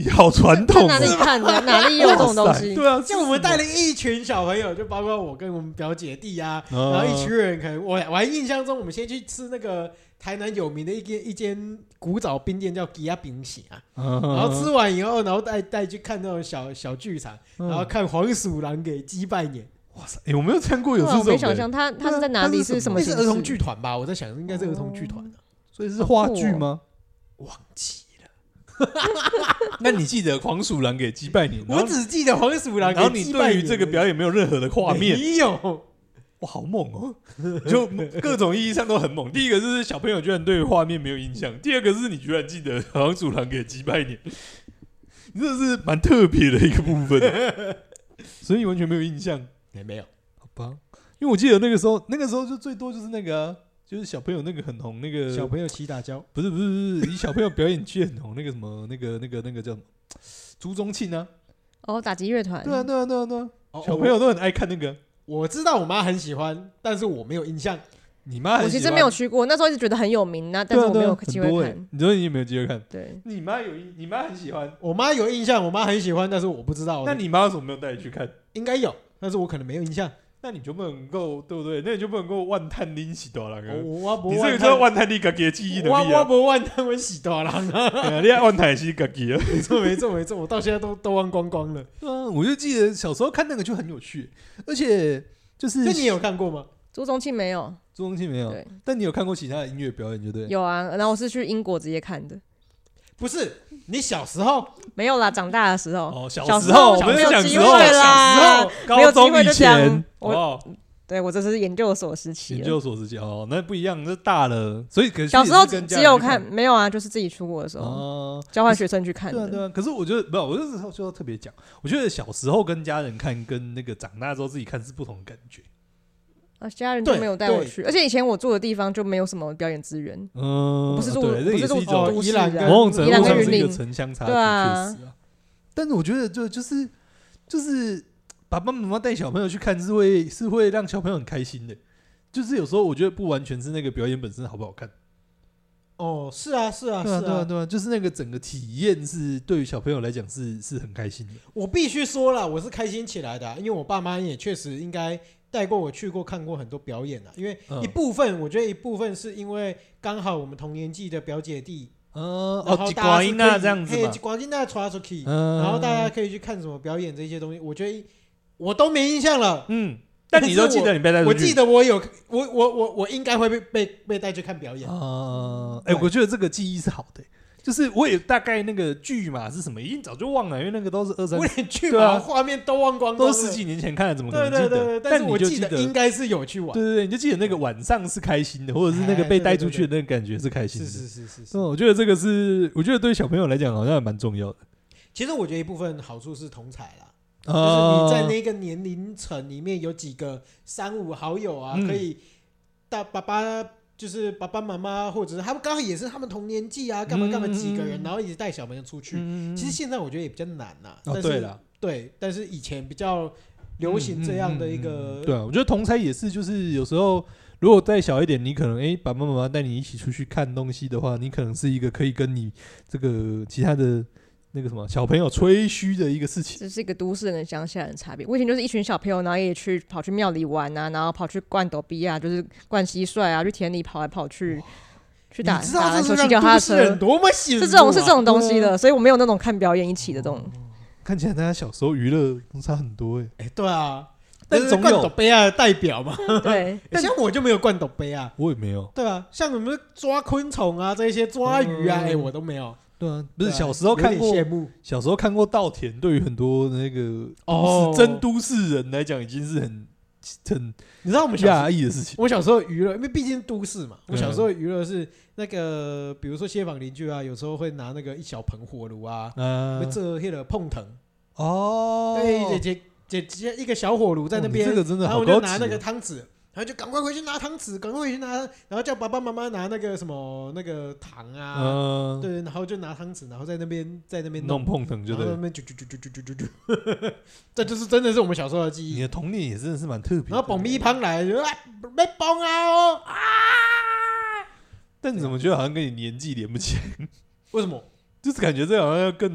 你好传统， 哪里看的？哪里有这种东西？ 对啊， 像我们带了一群小朋友，就包括我跟我们表姐弟啊，然后一群人，可能我还印象中，我们先去吃那个台南有名的一间古早冰店，叫吉亚冰喜啊。然后吃完以后，然后带去看那种小剧场，然后看黄鼠狼给鸡拜年。 哇塞，我没有看过有这种。 我没想象他是在哪里，是什么形式？ 是儿童剧团吧？我在想，应该是儿童剧团， 所以是话剧吗？ 忘记。 那你记得黄鼠狼给鸡拜年？ 我只记得黄鼠狼给鸡拜年。 然后你对于这个表演没有任何的画面？ 没有。 哇，好猛哦！就各种意义上都很猛。第一个是小朋友居然对画面没有印象，第二个是你居然记得黄鼠狼给鸡拜年，你真的是蛮特别的一个部分。所以你完全没有印象？ 没有， 好吧？因为我记得那个时候就最多就是那个、啊。就是小朋友那个很红，那个小朋友骑打胶， 不是，以小朋友表演剧很红，那个什么，那个叫什么，朱宗庆啊， 打击乐团， 对啊，小朋友都很爱看那个。 我知道我妈很喜欢，但是我没有印象。 你妈很喜欢？ 我其实没有去过，那时候一直觉得很有名但是我没有机会看。 你说你有没有机会看？ 对， 你妈很喜欢， 我妈有印象，我妈很喜欢，但是我不知道。 那你妈为什么没有带你去看？ 应该有，但是我可能没有印象。 那你就不能够，对不对？那你就不能够万探拎起大人啊！ 你这个叫万探你自己的记忆能力啊！我不万探我洗大人啊！ 你要万探是自己啊！ 没错，我到现在都忘光光了。 我就记得小时候看那个就很有趣，而且就是。 那你有看过吗？ 朱宗庆没有， 对，但你有看过其他的音乐表演，对不对？ 有啊，然后我是去英国直接看的。 不是你小时候没有啦，长大的时候。 小时候没有机会啦， 高中以前。 对我这是研究所时期。 研究所时期那不一样，那大了，所以可是小时候只有看，没有啊，就是自己出国的时候，交换学生去看的。 对啊。可是我觉得没有，我就要特别讲，我觉得小时候跟家人看，跟那个长大之后自己看是不同的感觉。 家人就没有带我去，而且以前我住的地方就没有什么表演资源。 不是住都市人， 某种程度上是一个城乡差距，确实啊。但是我觉得就是爸爸妈妈带小朋友去看是会让小朋友很开心的。就是有时候我觉得不完全是那个表演本身好不好看。 是啊， 对啊，就是那个整个体验是对于小朋友来讲是很开心的。 我必须说了，我是开心起来的，因为我爸妈也确实应该带过我去过看过很多表演因为我觉得一部分是因为刚好我们同年纪的表姐弟，然后大家是可以这样子嘛， 广进大传出去，然后大家可以去看什么表演这些东西，我觉得我都没印象了。 但你都记得你被带出去？ 我记得我应该会被带去看表演。 我觉得这个记忆是好的。就是我也大概那个剧码是什么，已经早就忘了，因为那个都是我连剧码画面都忘光光了， 都十几年前看的，怎么可能记得？ 对，但是我记得应该是有去玩。 对，你就记得那个晚上是开心的，或者是那个被带出去的那个感觉是开心的。 是。 我觉得这个我觉得对小朋友来讲好像也蛮重要的。 其实我觉得一部分好处是同侪啦，就是你在那个年龄层里面有几个3-5好友啊，可以大爸爸。就是爸爸妈妈，或者是他们刚好也是他们同年纪啊，干嘛几个人，然后一直带小朋友出去。其实现在我觉得也比较难呐。对，但是以前比较流行这样的一个。 对啊，我觉得同侪也是，就是有时候如果再小一点，你可能爸爸妈妈带你一起出去看东西的话，你可能是一个可以跟你这个其他的。那个什么小朋友吹嘘的一个事情， 这是一个都市人跟乡下人的差别。我以前就是一群小朋友，然后也跑去庙里玩啊，然后跑去灌斗逼啊，就是灌蟋蟀啊，去田里跑来跑去，去打篮球、骑脚踏车， 多么喜欢！ 是这种东西的，所以我没有那种看表演一起的这种。 看起来大家小时候娱乐差很多对啊，但是灌斗杯啊的代表嘛， 对。 像我就没有灌斗杯啊， 我也没有。 对啊，像我们抓昆虫啊，这些抓鱼啊，我都没有。 对啊，不是小时候看过稻田，对于很多那个真都市人来讲，已经是很你知道我们压抑的事情。 我小时候娱乐，因为毕竟都市嘛，我小时候娱乐是那个，比如说街坊邻居啊，有时候会拿那个一小盆火炉啊，会做那个碰藤对，一个小火炉在那边， 这个真的好高级。然后我就拿那个汤匙。然后就赶快回去拿汤匙，赶快回去拿，然后叫爸爸妈妈拿那个什么那个糖啊，对，然后就拿汤匙，然后在那边弄碰藤，就对， 在那边这就是真的是我们小时候的记忆。 你的童年也真的是蛮特别。 然后蹦咪胖来，就没蹦啊！ 但你怎么觉得好像跟你年纪连不起来？ 为什么？ 就是感觉这好像要更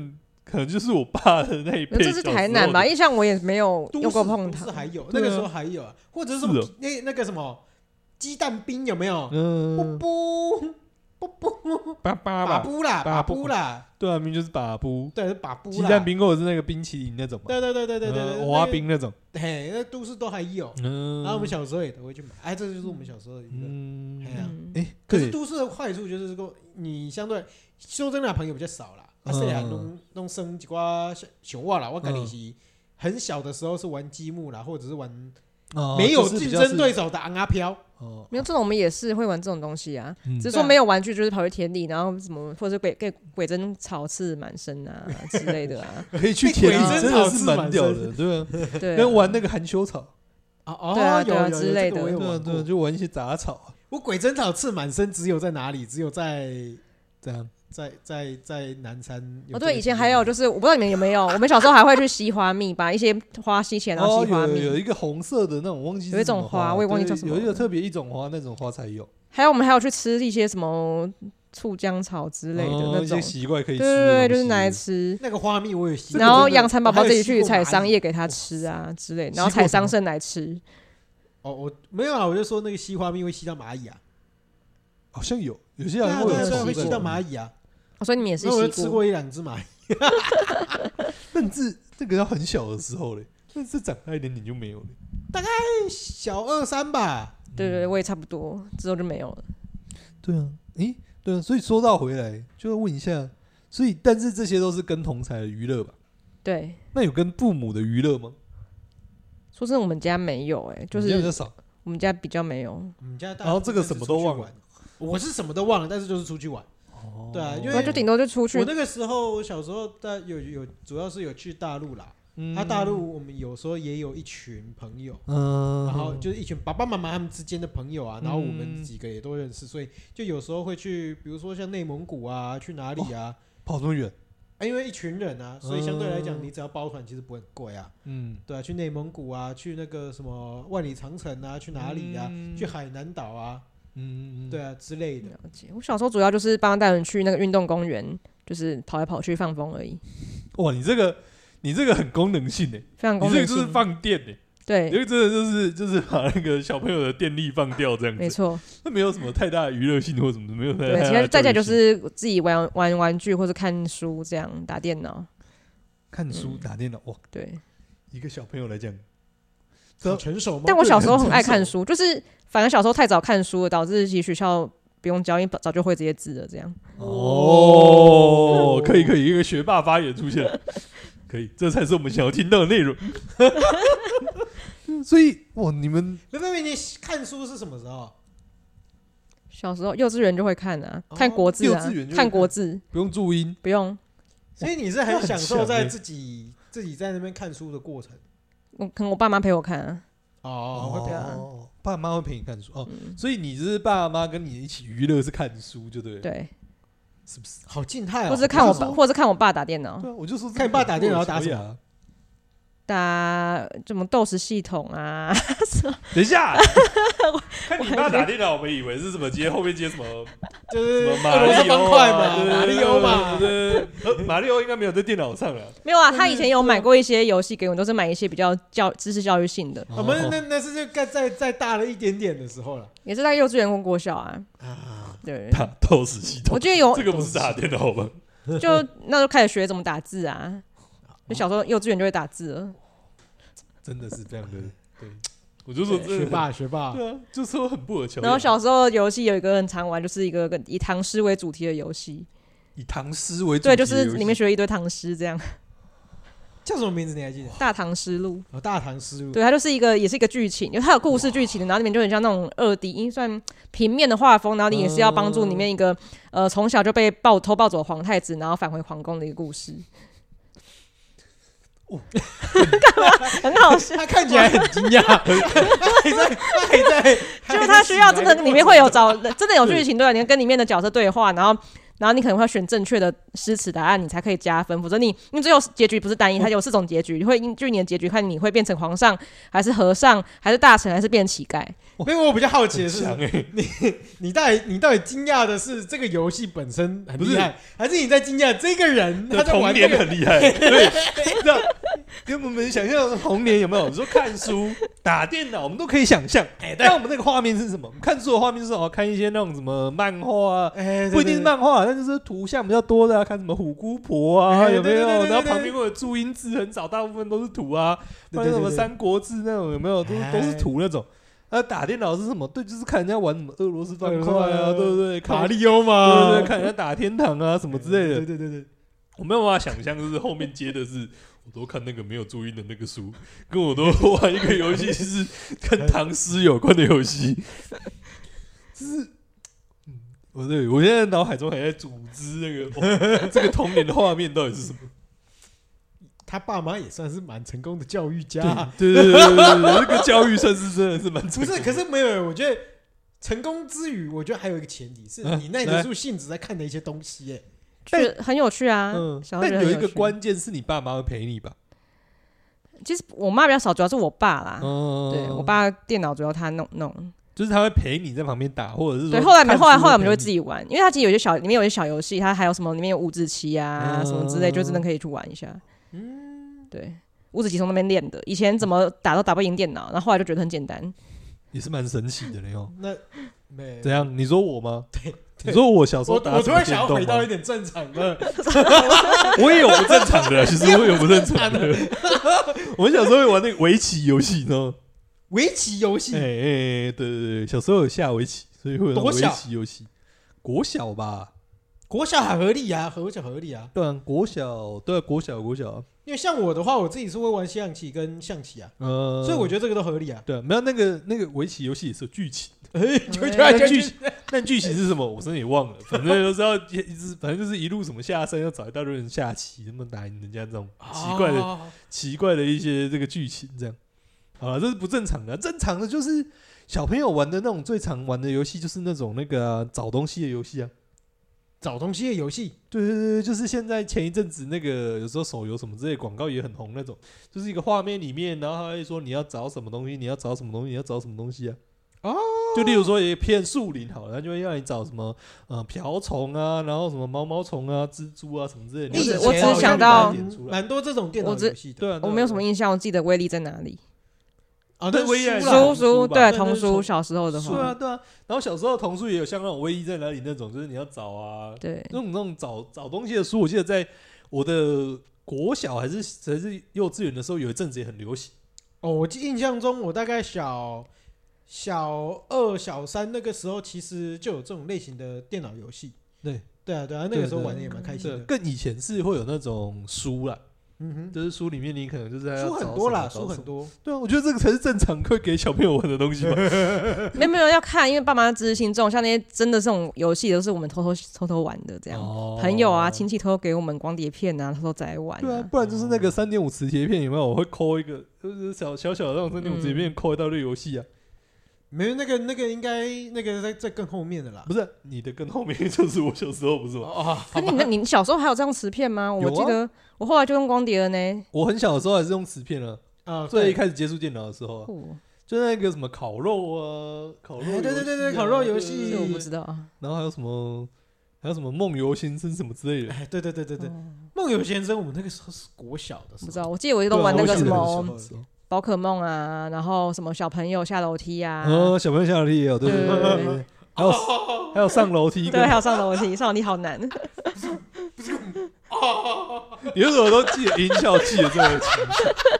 可能就是我爸的那一辈。 这是台南吧？因为像我也没有用过碰糖， 是还有那个时候还有啊，或者是什么那个什么鸡蛋冰有没有？不把布啦， 对啊，明明就是把布， 对，是把布啦。 鸡蛋冰或者是那个冰淇淋那种嘛， 对， 花冰那种， 嘿，那都市都还有。然后我们小时候也都会去买，哎，这就是我们小时候的一个。可是都市的坏处就是说，你相对说真的朋友比较少啦，细汉弄生一寡熊娃啦，我感觉是很小的时候是玩积木啦，或者是玩没有竞争对手的昂阿飘。 没有这种，我们也是会玩这种东西啊，只是说没有玩具，就是跑去田里，然后什么或者是鬼针草刺满身啊之类的啊， 可以去田里，真的是蛮屌的，对啊， 对， 跟玩那个含羞草对啊之类的， 对，就玩一些杂草。 我鬼针草刺满身，只有在哪里？只有在这样。 在南山对，以前还有就是，我不知道你们有没有，我们小时候还会去吸花蜜，把一些花吸起来，然后吸花蜜。 有一个红色的那种，忘记有一种花，我也忘记叫什么。 有一个特别一种花，那种花才有。 还有我们还有去吃一些什么醋浆草之类的那种， 一些奇怪可以吃。 对，就是拿来吃那个花蜜，我也吸。 然后养蚕宝宝自己去采桑叶给他吃啊之类，然后采桑葚来吃。 我没有啊，我就说那个吸花蜜会吸到蚂蚁啊， 好像有些人会吸到蚂蚁啊。 所以你们也是我吃过1-2只蚂蚁， 但是这个要很小的时候嘞，但是长大一点点就没有了， 大概小2、3吧。 对，我也差不多，之后就没有了。 对啊，对啊，所以说到回来，就要问一下，所以但是这些都是跟同侪的娱乐吧？ 对。 那有跟父母的娱乐吗？ 说真的，我们家没有就是比较少， 我们家比较没有。 我们家然后这个什么都忘了， 我是什么都忘了，但是就是出去玩。对啊，因为就顶多就出去。 我那个时候，我小时候有主要是有去大陆啦。大陆我们有时候也有一群朋友，然后就是一群爸爸妈妈他们之间的朋友啊，然后我们几个也都认识，所以就有时候会去，比如说像内蒙古啊，去哪里啊， 跑这么远因为一群人啊，所以相对来讲，你只要包团其实不会很贵啊。对啊，去内蒙古啊，去那个什么万里长城啊，去哪里啊，去海南岛啊。对啊之类的。 我小时候主要就是帮带人去那个运动公园，就是跑来跑去放风而已。 哇，你这个很功能性诶， 非常功能性， 你这个就是放电诶。 对， 因为真的就是把那个小朋友的电力放掉这样子。 没错， 那没有什么太大的娱乐性或什么，没有太大的。 对，其实在家就是自己玩玩具或者看书这样，打电脑。 看书打电脑哇， 对， 一个小朋友来讲。 很成熟吗？ 但我小时候很爱看书，就是反正小时候太早看书了，导致其实学校不用教，因为早就会这些字了，这样。 可以，一个学霸发言出现了，可以，这才是我们想要听到的内容。所以，哇，你们你看书是什么时候？ 小时候幼稚园就会看啊，看国字啊，看国字， 不用注音， 不用。 所以你是很享受在自己在那边看书的过程。 可能我爸妈陪我看啊。 会啊， 爸妈会陪你看书所以你就是爸妈跟你一起娱乐是看书，就对了。 对， 是不是？ 好静态或者看我爸打电脑。 对啊，我就说看你爸打电脑打什么？ 打什么斗士系统啊？ 等一下，看你爸打电脑，我们以为是什么后面接什么， 就是什么马里方块嘛，马里欧嘛， 马里欧应该没有在电脑上了。 没有啊，他以前有买过一些游戏给我，都是买一些比较知识教育性的。 我们那是再大了一点点的时候了， 也是在幼稚园跟国小啊。对， 打斗士系统， 我记得有这个不是打电脑吧？ 就那时候开始学怎么打字啊。就小时候幼稚园就会打字了， 真的是这样的。对，我就说学霸， 对啊，就说很不可求。 然后小时候游戏有一个很常玩，就是一个以唐诗为主题的游戏。 以唐诗为主题， 对，就是里面学了一堆唐诗这样。 叫什么名字？你还记得？ 大唐诗录。 大唐诗录。 对，它就是也是一个剧情，因为它有故事剧情的，然后里面就很像那种2D，算平面的画风，然后你也是要帮助里面一个从小就被偷抱走的皇太子，然后返回皇宫的一个故事。干嘛？很好笑。 他看起来很惊讶，他还在， 就是他需要真的里面会有真的有剧情，对，你跟里面的角色对话，然后然后你可能会选正确的诗词答案，你才可以加分。否则因为最后结局不是单一，它有4种结局，你会根据你的结局看你会变成皇上，还是和尚，还是大臣，还是变乞丐。 因为我比较好奇的是，你到底惊讶的是这个游戏本身很厉害，还是你在惊讶这个人他在玩童年很厉害？对，这样跟我们想象童年有没有？你说看书、打电脑，我们都可以想象。但我们那个画面是什么？看书的画面是看一些那种什么漫画啊，不一定是漫画，但就是图像比较多的看什么虎姑婆啊，有没有？然后旁边会有注音字很少，大部分都是图啊，或者什么三国志那种有没有？都是图那种。打电脑是什么？对，就是看人家玩什么俄罗斯方块啊，对不对？ 马里欧嘛， 对，看人家打天堂啊什么之类的。 对， 我没有办法想象，就是后面接的是，我都看那个没有注音的那个书，跟我都玩一个游戏是跟唐诗有关的游戏，就是，我现在脑海中还在组织那个这个童年的画面到底是什么？ 他爸妈也算是蛮成功的教育家， 对，这个教育算是真的是蛮成功的。 不是，可是没有，我觉得成功之余，我觉得还有一个前提是你耐得住性子在看的一些东西， 但很有趣啊。 但有一个关键是你爸妈会陪你吧？ 其实我妈比较少，主要是我爸啦。对，我爸电脑主要他弄。 就是他会陪你在旁边打，或者是说对，后来我们就会自己玩，因为他其实里面有些小游戏，他还有什么里面有五子棋啊什么之类，就真的可以去玩一下。对，五子棋从那边练的，以前怎么打都打不赢电脑，然后后来就觉得很简单， 也是蛮神奇的嘞哦。 那怎样？你说我吗？ 对， 你说我小时候打我突然想要回到一点正常的， 我也有不正常的，其实我有不正常的。我们小时候会玩那个围棋游戏，你知道吗？ 围棋游戏， 对，小时候有下围棋，所以会有围棋游戏。国小吧。 国小很合理啊，国小合理啊。 对啊，国小。 因为像我的话，我自己是会玩象棋跟象棋啊，所以我觉得这个都合理啊。 对，没有那个围棋游戏也是有剧情的，但剧情是什么？我真的也忘了。反正就是要反正就是一路什么下山要找一大堆人下棋，那么打赢人家这种奇怪的一些这个剧情，这样。好了，这是不正常的。正常的就是小朋友玩的那种最常玩的游戏，就是那种找东西的游戏啊。 找东西的游戏， 对，就是现在前一阵子那个有时候手游什么之类广告也很红那种，就是一个画面里面，然后他会说你要找什么东西，你要找什么东西，你要找什么东西啊？就例如说一片树林好了，他就会让你找什么瓢虫啊，然后什么毛虫啊、蜘蛛啊什么之类的。 我只想到蛮多这种电脑游戏的， 对啊， 我没有什么印象，我记得威力在哪里？ 对， 书对童书小时候的话， 对啊。然后小时候童书也有像那种威力在哪里那种，就是你要找啊， 对， 那种找东西的书，我记得在我的国小还是幼稚园的时候，有一阵子也很流行。 我印象中我大概小2、小3那个时候，其实就有这种类型的电脑游戏。对啊，那个时候玩的也蛮开心的。 更以前是会有那种书啦。就是书里面你可能就是书很多啦，书很多。 对啊，我觉得这个才是正常会给小朋友玩的东西吧。 没有要看，因为爸妈知识性重，像那些真的这种游戏都是我们偷偷玩的，这样。朋友啊、亲戚偷偷给我们光碟片啊，偷偷在玩。 对啊，不然就是那个3.5磁碟片有没有？我会抠一个，就是小的那种3.5磁碟片抠一大堆游戏啊。 没有那个应该那个在更后面的啦。 不是你的更后面就是我小时候不是吗？ 可你小时候还有这样磁片吗？我记得我后来就用光碟了呢。 我很小的时候还是用磁片了。最一开始接触电脑的时候就那个什么烤肉啊， 对，烤肉游戏我不知道。 然后还有什么梦游先生什么之类的。 对，梦游先生我们那个时候是国小的时候。 不知道，我记得我都玩那个什么宝可梦啊，然后什么小朋友下楼梯啊， 小朋友下楼梯也有，对，还有上楼梯， 对，还有上楼梯，上楼梯好难。 你为什么都记得音效，记得这么清楚？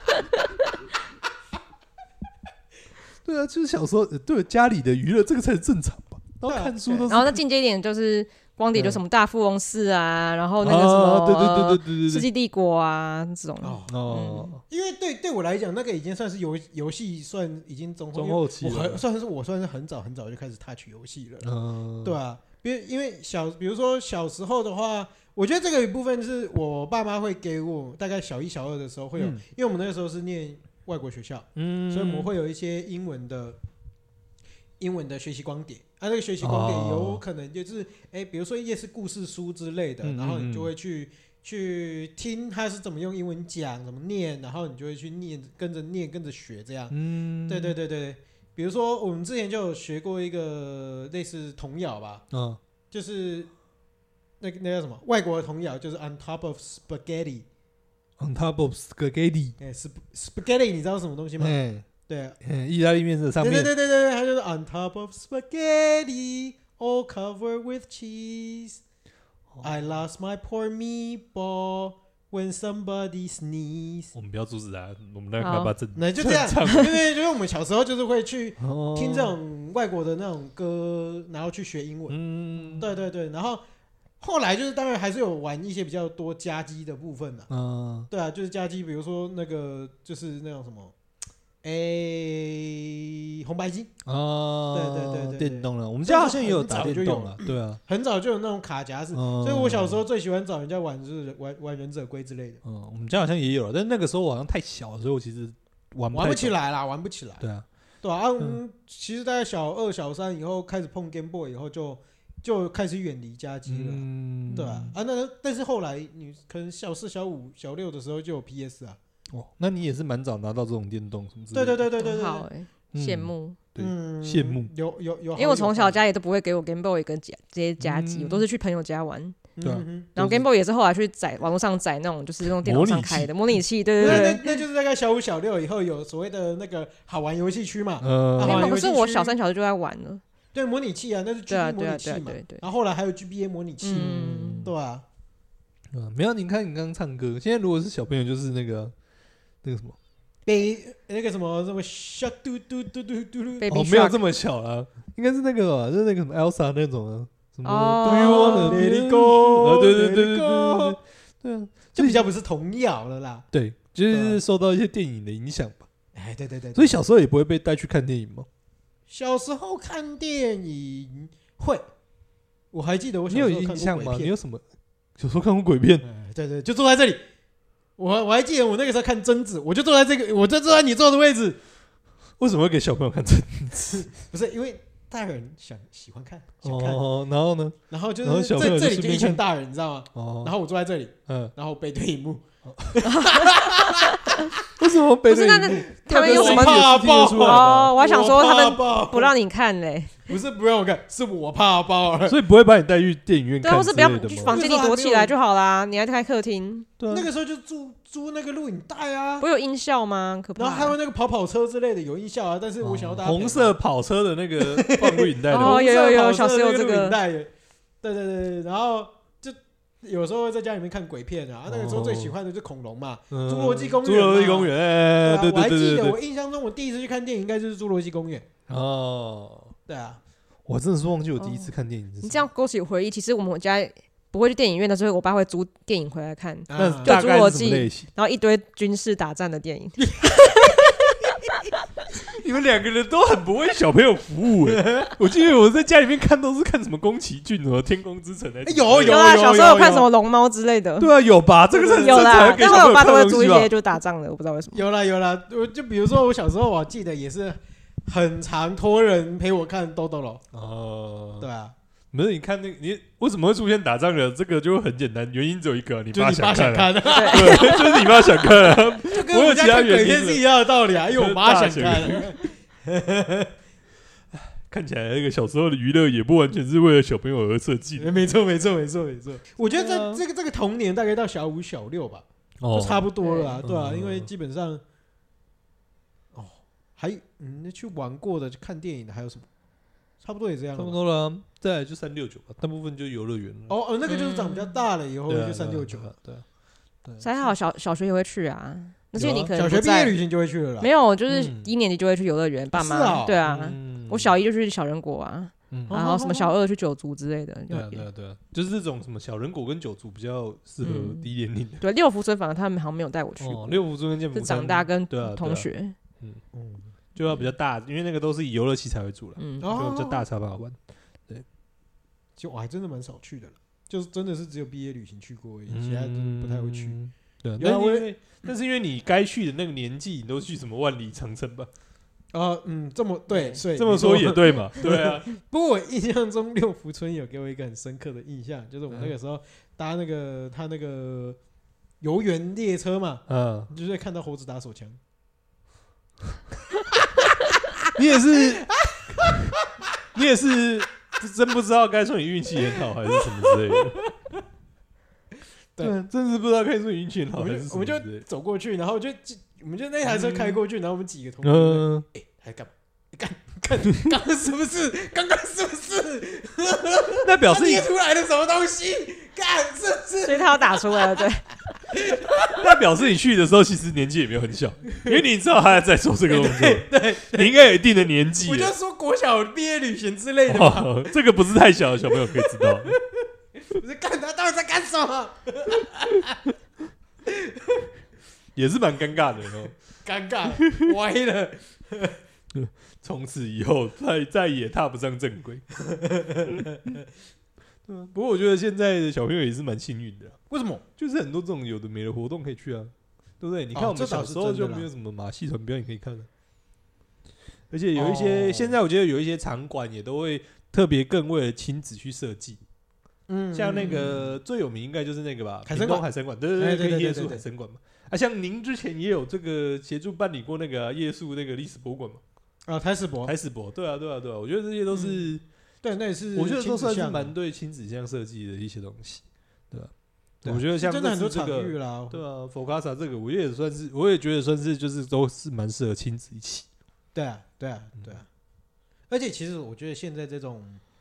对啊，就是小时候对家里的娱乐，这个才是正常吧。然后看书都是， 然后再进阶一点就是光碟，就什么大富翁4啊，然后那个什么对世纪帝国啊这种。 因为对我来讲，那个已经算是游戏，算已经中后期了。 我算是很早就开始 touch 游戏了。对啊，因为比如说小时候的话，我觉得这个一部分是我爸妈会给我，大概小1、小2的时候会有，因为我们那个时候是念外国学校，所以我们会有一些英文的英文的学习光碟，那个学习光碟有可能就是比如说夜市故事书之类的，然后你就会去听他是怎么用英文讲，怎么念，然后你就会去念，跟着学这样。对对对对，比如说我们之前就有学过一个类似童谣吧，就是那叫什么外国的童谣，就是 On top of spaghetti。On top of spaghetti， spaghetti 你知道什么东西吗？对， 意大利面的上面。 对，它就是 On top of spaghetti, all covered with cheese.I lost my poor meatball when somebody sneezed。 我们不要阻止他，我们来把这那就这样，因为就是我们小时候就是会去听这种外国的那种歌，然后去学英文。对对对，然后后来就是当然还是有玩一些比较多家机的部分啦。对啊，就是家机，比如说那个就是那种什么。红白机对， 电动了，我们家好像也有打电动了，对啊， 很早就有那种卡夹式，所以我小时候最喜欢找人家玩就是玩忍者龟之类的。 我们家好像也有了，但那个时候我好像太小了，所以我其实玩不起来啦，玩不起来。 对啊， 其实大概小2、小3以后开始碰 Game Boy 以后就开始远离家机了，对啊，但是后来你可能小4、小5、小6的时候就有 PS 啊。 那你也是蛮早拿到这种电动什么之类的。 对， 好羡慕。 羡慕。 有， 因为我从小家里都不会给我 Game Boy 跟这些家机，我都是去朋友家玩。 对啊。 然后 Game Boy 也是后来去网络上载那种，就是用电脑上开的模拟器。对。 那就是大概小5、小6以后有所谓的那个好玩游戏区嘛。 可是我小3、小4就在玩了。 对，模拟器啊，那是 GBA 模拟器嘛。对。然后后来还有 GBA 模拟器，对吧？ 没有，你看你刚刚唱歌，现在如果是小朋友就是那个什么， 那个什么shut 嘟嘟嘟嘟嘟嘟， 没有这么小啦，应该是那个吧，就是那个什么 Elsa 那种啊，什么 Do you wanna let it go？ 对，对啊， 就比较不是童谣了啦。 对，就是受到一些电影的影响吧。 对， 所以小时候也不会被带去看电影吗？ 小时候看电影会，我还记得我小时候看过鬼片。你有印象吗？ 你有什么小时候看过鬼片？ 对，就坐在这里。我还记得我那个时候看贞子，我就坐在这个，我就坐在你坐的位置。 为什么会给小朋友看贞子？ 不是因为大人喜欢看， 然后呢？ 然后就是这里就一群大人，你知道吗？然后我坐在这里，然后背对荧幕。 为什么背对荧幕？ 不是那他们用什么怕爆？ 我还想说他们不让你看嘞。 不是不让我看，是我怕爆， 所以不会把你带去电影院看。 对，或是不要房间里躲起来就好啦，你还开客厅。 对，那个时候就租那个录影带啊。 不有音效吗？可怕。 然后还有那个跑车之类的有音效啊，但是我想要大家红色跑车的那个放录影带的。 有小时候这个。 对，然后就有时候在家里面看鬼片啊，那个时候最喜欢的就是恐龙嘛，侏罗纪公园。 侏罗纪公园，对。 我还记得我印象中我第一次去看电影应该就是侏罗纪公园。对啊， 我真的是忘记我第一次看电影。 你这样勾起回忆，其实我们家不会去电影院的时候，我爸会租电影回来看， 就侏罗纪，然后一堆军事打战的电影。 你们2个人都很不为小朋友服务我记得我在家里面看都是看什么宫崎骏什么天空之城有啊，小时候有看什么龙猫之类的。 对啊，有吧？这个是有啦，但是我爸都会租一些就打仗的，我不知道为什么。 有啦，就比如说我小时候我记得也是很常托人陪我看豆豆咯。对啊。 不是，你看你为什么会出现打仗的？这个就很简单，原因只有一个， 你爸想看。 对，就是你爸想看啊， 就跟我家看鬼片是一样的道理啊，因为我妈想看。 看起来那个小时候的娱乐也不完全是为了小朋友而设计的。 没错。我觉得这个童年大概到小5、小6吧，就差不多了啊，对啊，因为基本上，还去玩过的、看电影的还有什么？差不多也这样， 差不多了。再来就369吧，大部分就游乐园了。 那个就是长比较大了以后就369了。对， 还好小学也会去啊，那是因为你可能小学毕业旅行就会去了啦。 没有，就是1年级就会去游乐园，爸妈。对啊，我小1就去小人国啊，然后什么小2去九族之类的。 对啊，就是这种什么小人国跟九族比较适合低年龄的。 对，六福村反而他们好像没有带我去。 六福村跟剑福村是长大跟同学。 就要比较大，因为那个都是以游乐器材为主了，就比较大才好玩。对， 就我还真的蛮少去的了，就是真的是只有毕业旅行去过而已，其他都不太会去。 对，但是因为你该去的那个年纪，你都去什么万里长城吧？ 这么对， 这么说也对嘛，对啊。 不过我印象中六福村有给我一个很深刻的印象，就是我们那个时候搭那个他那个游园列车嘛，就是会看到猴子打手枪。 你也是真不知道该说你运气很好还是什么之类的。对，真是不知道该说你运气很好还是什么。 我们就走过去，然后我们就那台车开过去，然后我们几个同学，还干嘛？刚刚是不是？刚刚是不是？ 那表示捏出来的什么东西？干是不是？ 所以他要打出来了，对。 那表示你去的时候其实年纪也没有很小，因为你知道他在做这个动作， 对， 你应该有一定的年纪。 我就说国小毕业旅行之类的嘛， 这个不是太小的小朋友可以知道。 我是干他到底在干什么？ 也是蛮尴尬的哦， 尴尬歪了。 从此以后再也踏不上正轨。不过我觉得现在的小朋友也是蛮幸运的。 为什么？ 就是很多这种有的没的活动可以去啊，对不对？你看我们小时候就没有什么马戏团表演可以看了，而且有一些现在我觉得有一些场馆也都会特别更为了亲子去设计。像那个最有名应该就是那个吧，屏东海参馆，对，可以夜宿海参馆嘛。像您之前也有这个协助办理过那个夜宿那个历史博物馆嘛？ 台史博，对啊，我觉得这些都是， 对，那也是， 我觉得都算是蛮对亲子向设计的一些东西，对吧？我觉得像真的很多场域啦， 对啊，佛卡萨这个我也觉得算是就是都是蛮适合亲子一起。 对啊，而且其实我觉得现在这种，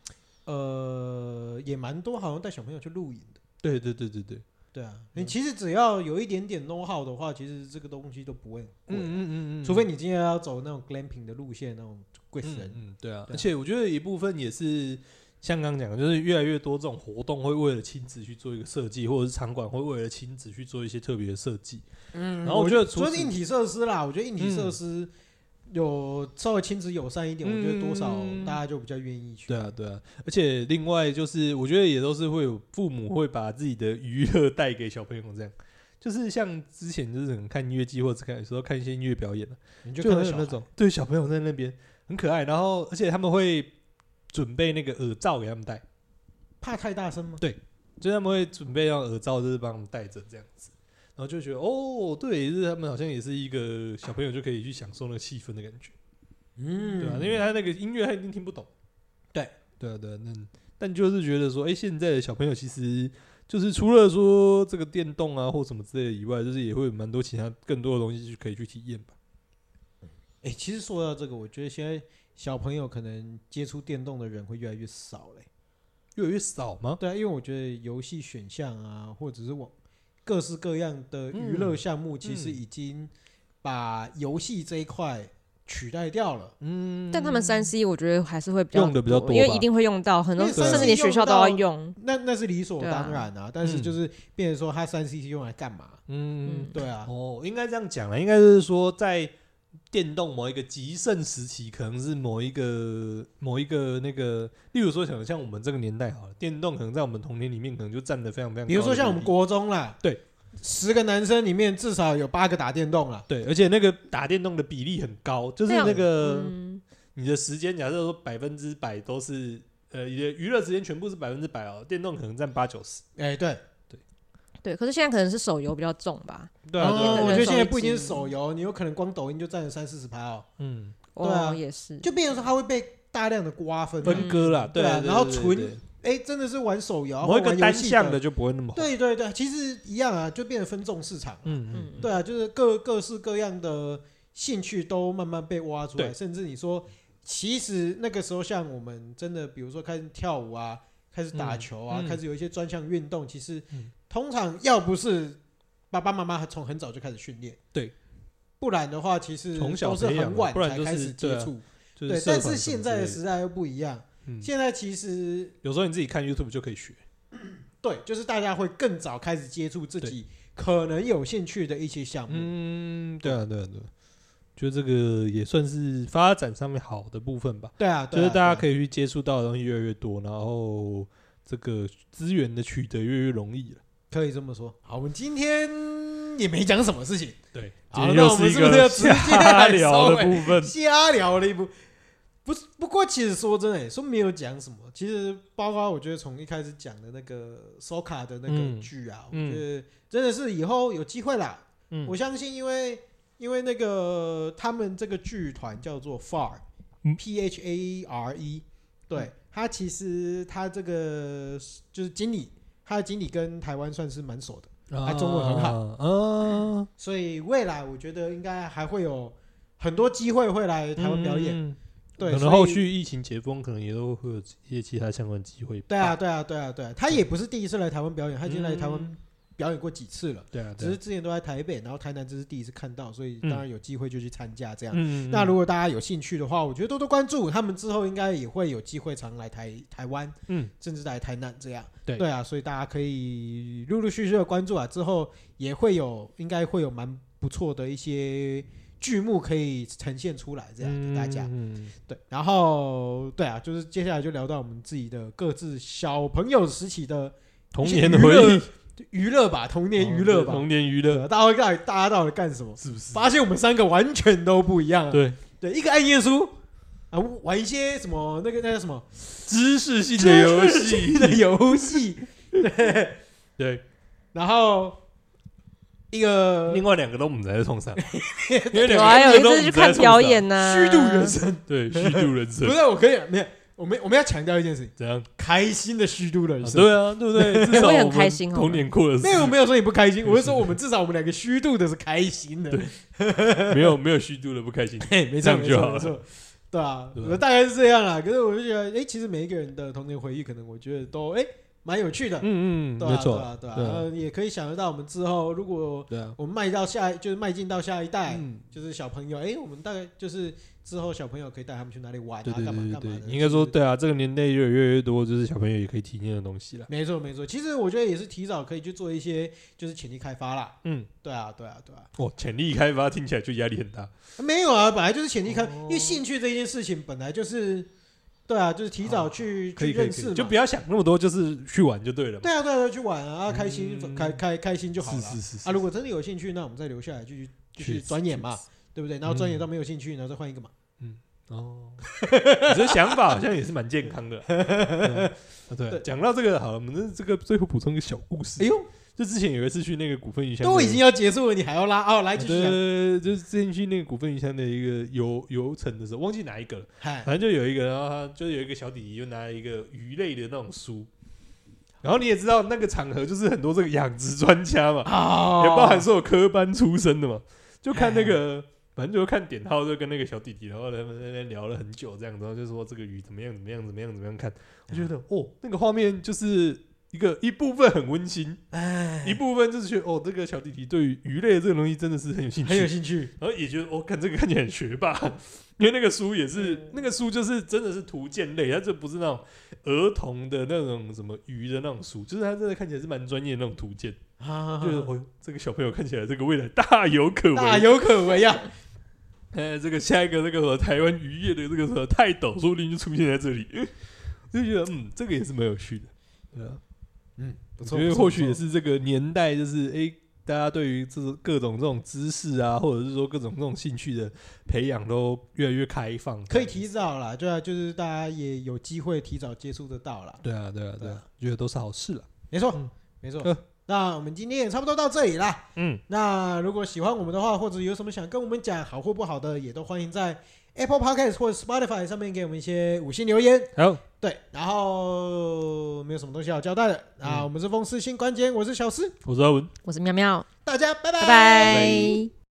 也蛮多好像带小朋友去露营的。对啊，你其实只要有一点点 know how 的话，其实这个东西都不会很贵。除非你今天要走那种 glamping 的路线，那种贵死人。 对啊，而且我觉得一部分也是像刚刚讲的，就是越来越多这种活动会为了亲子去做一个设计，或者是场馆会为了亲子去做一些特别的设计。然后我觉得除了硬体设施啦，我觉得硬体设施有稍微亲子友善一点，我觉得多少大家就比较愿意去。 对啊，而且另外就是我觉得也都是会有父母会把自己的娱乐带给小朋友，这样就是像之前就是看音乐季或者有时候看一些音乐表演， 你就看到那种对小朋友在那边很可爱，然后而且他们会准备那个耳罩给他们戴， 怕太大声吗？ 对，就是他们会准备让耳罩，就是帮他们戴着这样子。然后就觉得对，就是他们好像也是一个小朋友就可以去享受那个气氛的感觉，对啊，因为他那个音乐他一定听不懂，对，但就是觉得说，现在的小朋友其实就是除了说这个电动啊或什么之类的以外，就是也会有蛮多其他更多的东西可以去体验吧。 其实说到这个，我觉得现在小朋友可能接触电动的人会越来越少嘞， 越来越少吗？ 对啊，因为我觉得游戏选项啊，或者是各式各样的娱乐项目，其实已经把游戏这一块取代掉了。 但他们3C 我觉得还是会用的比较多， 因为一定会用到，很多甚至连学校都要用。 那是理所当然啊，但是就是变成说他3C 是用来干嘛？对啊。 应该这样讲了，应该就是说在电动某一个极盛时期，可能是某一个那个，例如说像我们这个年代好了，电动可能在我们童年里面可能就占得非常非常高的比例。 比如说像我们国中啦，对，10个男生里面至少有8个打电动啦， 对，而且那个打电动的比例很高，就是那个你的时间，假设说100%都是你的娱乐时间全部是100%哦，电动可能占80-90%。 对，可是现在可能是手游比较重吧。 对啊， 我觉得现在不一定是手游，你有可能光抖音就占了30-40%哦。对啊， 也是， 就变成说它会被大量的瓜分割啦，对啊， 然后真的是玩手游， 某一个单项的就不会那么好。 对，其实一样啊，就变成分众市场。对啊，就是各式各样的兴趣都慢慢被挖出来，甚至你说，其实那个时候像我们真的，比如说开始跳舞啊，开始打球啊，开始有一些专项运动，其实通常要不是爸爸妈妈从很早就开始训练，对，不然的话其实都是很晚才开始接触。对，但是现在的时代又不一样，现在其实有时候你自己看 YouTube 就可以学。 对，就是大家会更早开始接触自己可能有兴趣的一些项目。 对啊，觉得这个也算是发展上面好的部分吧。 对啊， 就是大家可以去接触到的东西越来越多，然后这个资源的取得越来越容易了。 可以这么说。好，我们今天也没讲什么事情。 对， 好，那我们是不是要直接瞎聊的部分？ 瞎聊的一部。不过其实说真的，说没有讲什么，其实包括我觉得从一开始讲的那个 Soka 的那个剧啊，我觉得真的是以后有机会啦。我相信，因为那个他们这个剧团叫做 PHARE， 对，他其实他这个就是经理，他的经理跟台湾算是蛮熟的，他中文很好，所以未来我觉得应该还会有很多机会会来台湾表演。对， 可能后续疫情解封，可能也都会有一些其他相关机会。 对啊，他也不是第一次来台湾表演，他已经来台湾表演过几次了。对啊，只是之前都在台北，然后台南这是第一次看到，所以当然有机会就去参加这样。那如果大家有兴趣的话，我觉得多多关注，他们之后应该也会有机会常来台湾，甚至来台南这样。对啊，所以大家可以陆陆续续的关注啊，之后也会有，应该会有蛮不错的一些剧目可以呈现出来，这样给大家。对，然后对啊，就是接下来就聊到我们自己的各自小朋友时期的童年的回忆。 娱乐吧，童年娱乐吧， 童年娱乐， 大家到底干什么？是不是？发现我们三个完全都不一样。 对， 一个爱念书啊，玩一些什么那个什么知识性的游戏， 对， 然后另外两个都我们在冲上， 因为还有一次去看表演呢， 虚度人生， 对，虚度人生。 不是，我可以没有。我们要强调一件事情， 怎样开心的虚度人生？ 对啊，对不对？至少我也很开心哦。 童年过的事，没有说你不开心，我是说我们至少我们两个虚度的是开心的， 没有虚度的不开心， 没这样就好了。 对啊，大概是这样啦。可是我就觉得，其实每一个人的童年回忆，可能我觉得都蛮有趣的， 没错， 对啊，也可以想得到我们之后，如果我们迈进到下一代，就是小朋友，我们大概就是之后小朋友可以带他们去哪里玩啊，干嘛的。 应该说，对啊，这个年代越来越多，就是小朋友也可以体验的东西了。 没错，其实我觉得也是提早可以去做一些就是潜力开发啦。对啊。 哦，潜力开发听起来就压力很大。 没有啊，本来就是潜力开发，因为兴趣这件事情本来就是。对啊，就是提早去认识嘛， 就不要想那么多，就是去玩就对了嘛。 对啊，去玩啊，开心开心就好了。是啊，如果真的有兴趣，那我们再留下来继续钻研嘛，对不对？然后钻研到没有兴趣，然后再换一个嘛。 你这想法好像也是蛮健康的。对，讲到这个好了，我们这个最后补充一个小故事。哎呦！就之前有一次去那个股份鱼乡， 都已经要结束了，你还要拉来继续讲。 对，就是之前去那个股份鱼乡的一个游程的时候，忘记哪一个了，反正就有一个，然后他就有一个小弟弟，就拿了一个鱼类的那种书。然后你也知道那个场合就是很多这个养殖专家嘛，也包含所有科班出身的嘛，就看那个，反正就看点号，就跟那个小弟弟，然后他们在那边聊了很久，这样，然后就说这个鱼怎么样看，我觉得那个画面就是。一部分很温馨，一部分就是觉得这个小弟弟对于鱼类这个东西真的是很有兴趣，然后也觉得看这个看起来很学霸，因为那个书也是那个书就是真的是图鉴类，它这不是那种儿童的那种什么鱼的那种书，就是它真的看起来是蛮专业的那种图鉴，就是这个小朋友看起来这个未来大有可为啊！这个下一个这个什么台湾渔业的这个什么泰斗，说不定就出现在这里，就觉得这个也是蛮有趣的，对啊。不错，因为或许也是这个年代，就是大家对于这种各种这种知识啊，或者是说各种这种兴趣的培养都越来越开放， 可以提早啦，对啊，就是大家也有机会提早接触得到啦。 对啊，觉得都是好事了。 没错。那我们今天也差不多到这里啦。那如果喜欢我们的话，或者有什么想跟我们讲好或不好的，也都欢迎在Apple Podcast 或者 Spotify 上面给我们一些5星留言。 好， 对，然后没有什么东西要交代的。我们是风湿性关节，我是小施， 我是阿文， 我是喵喵， 大家拜拜。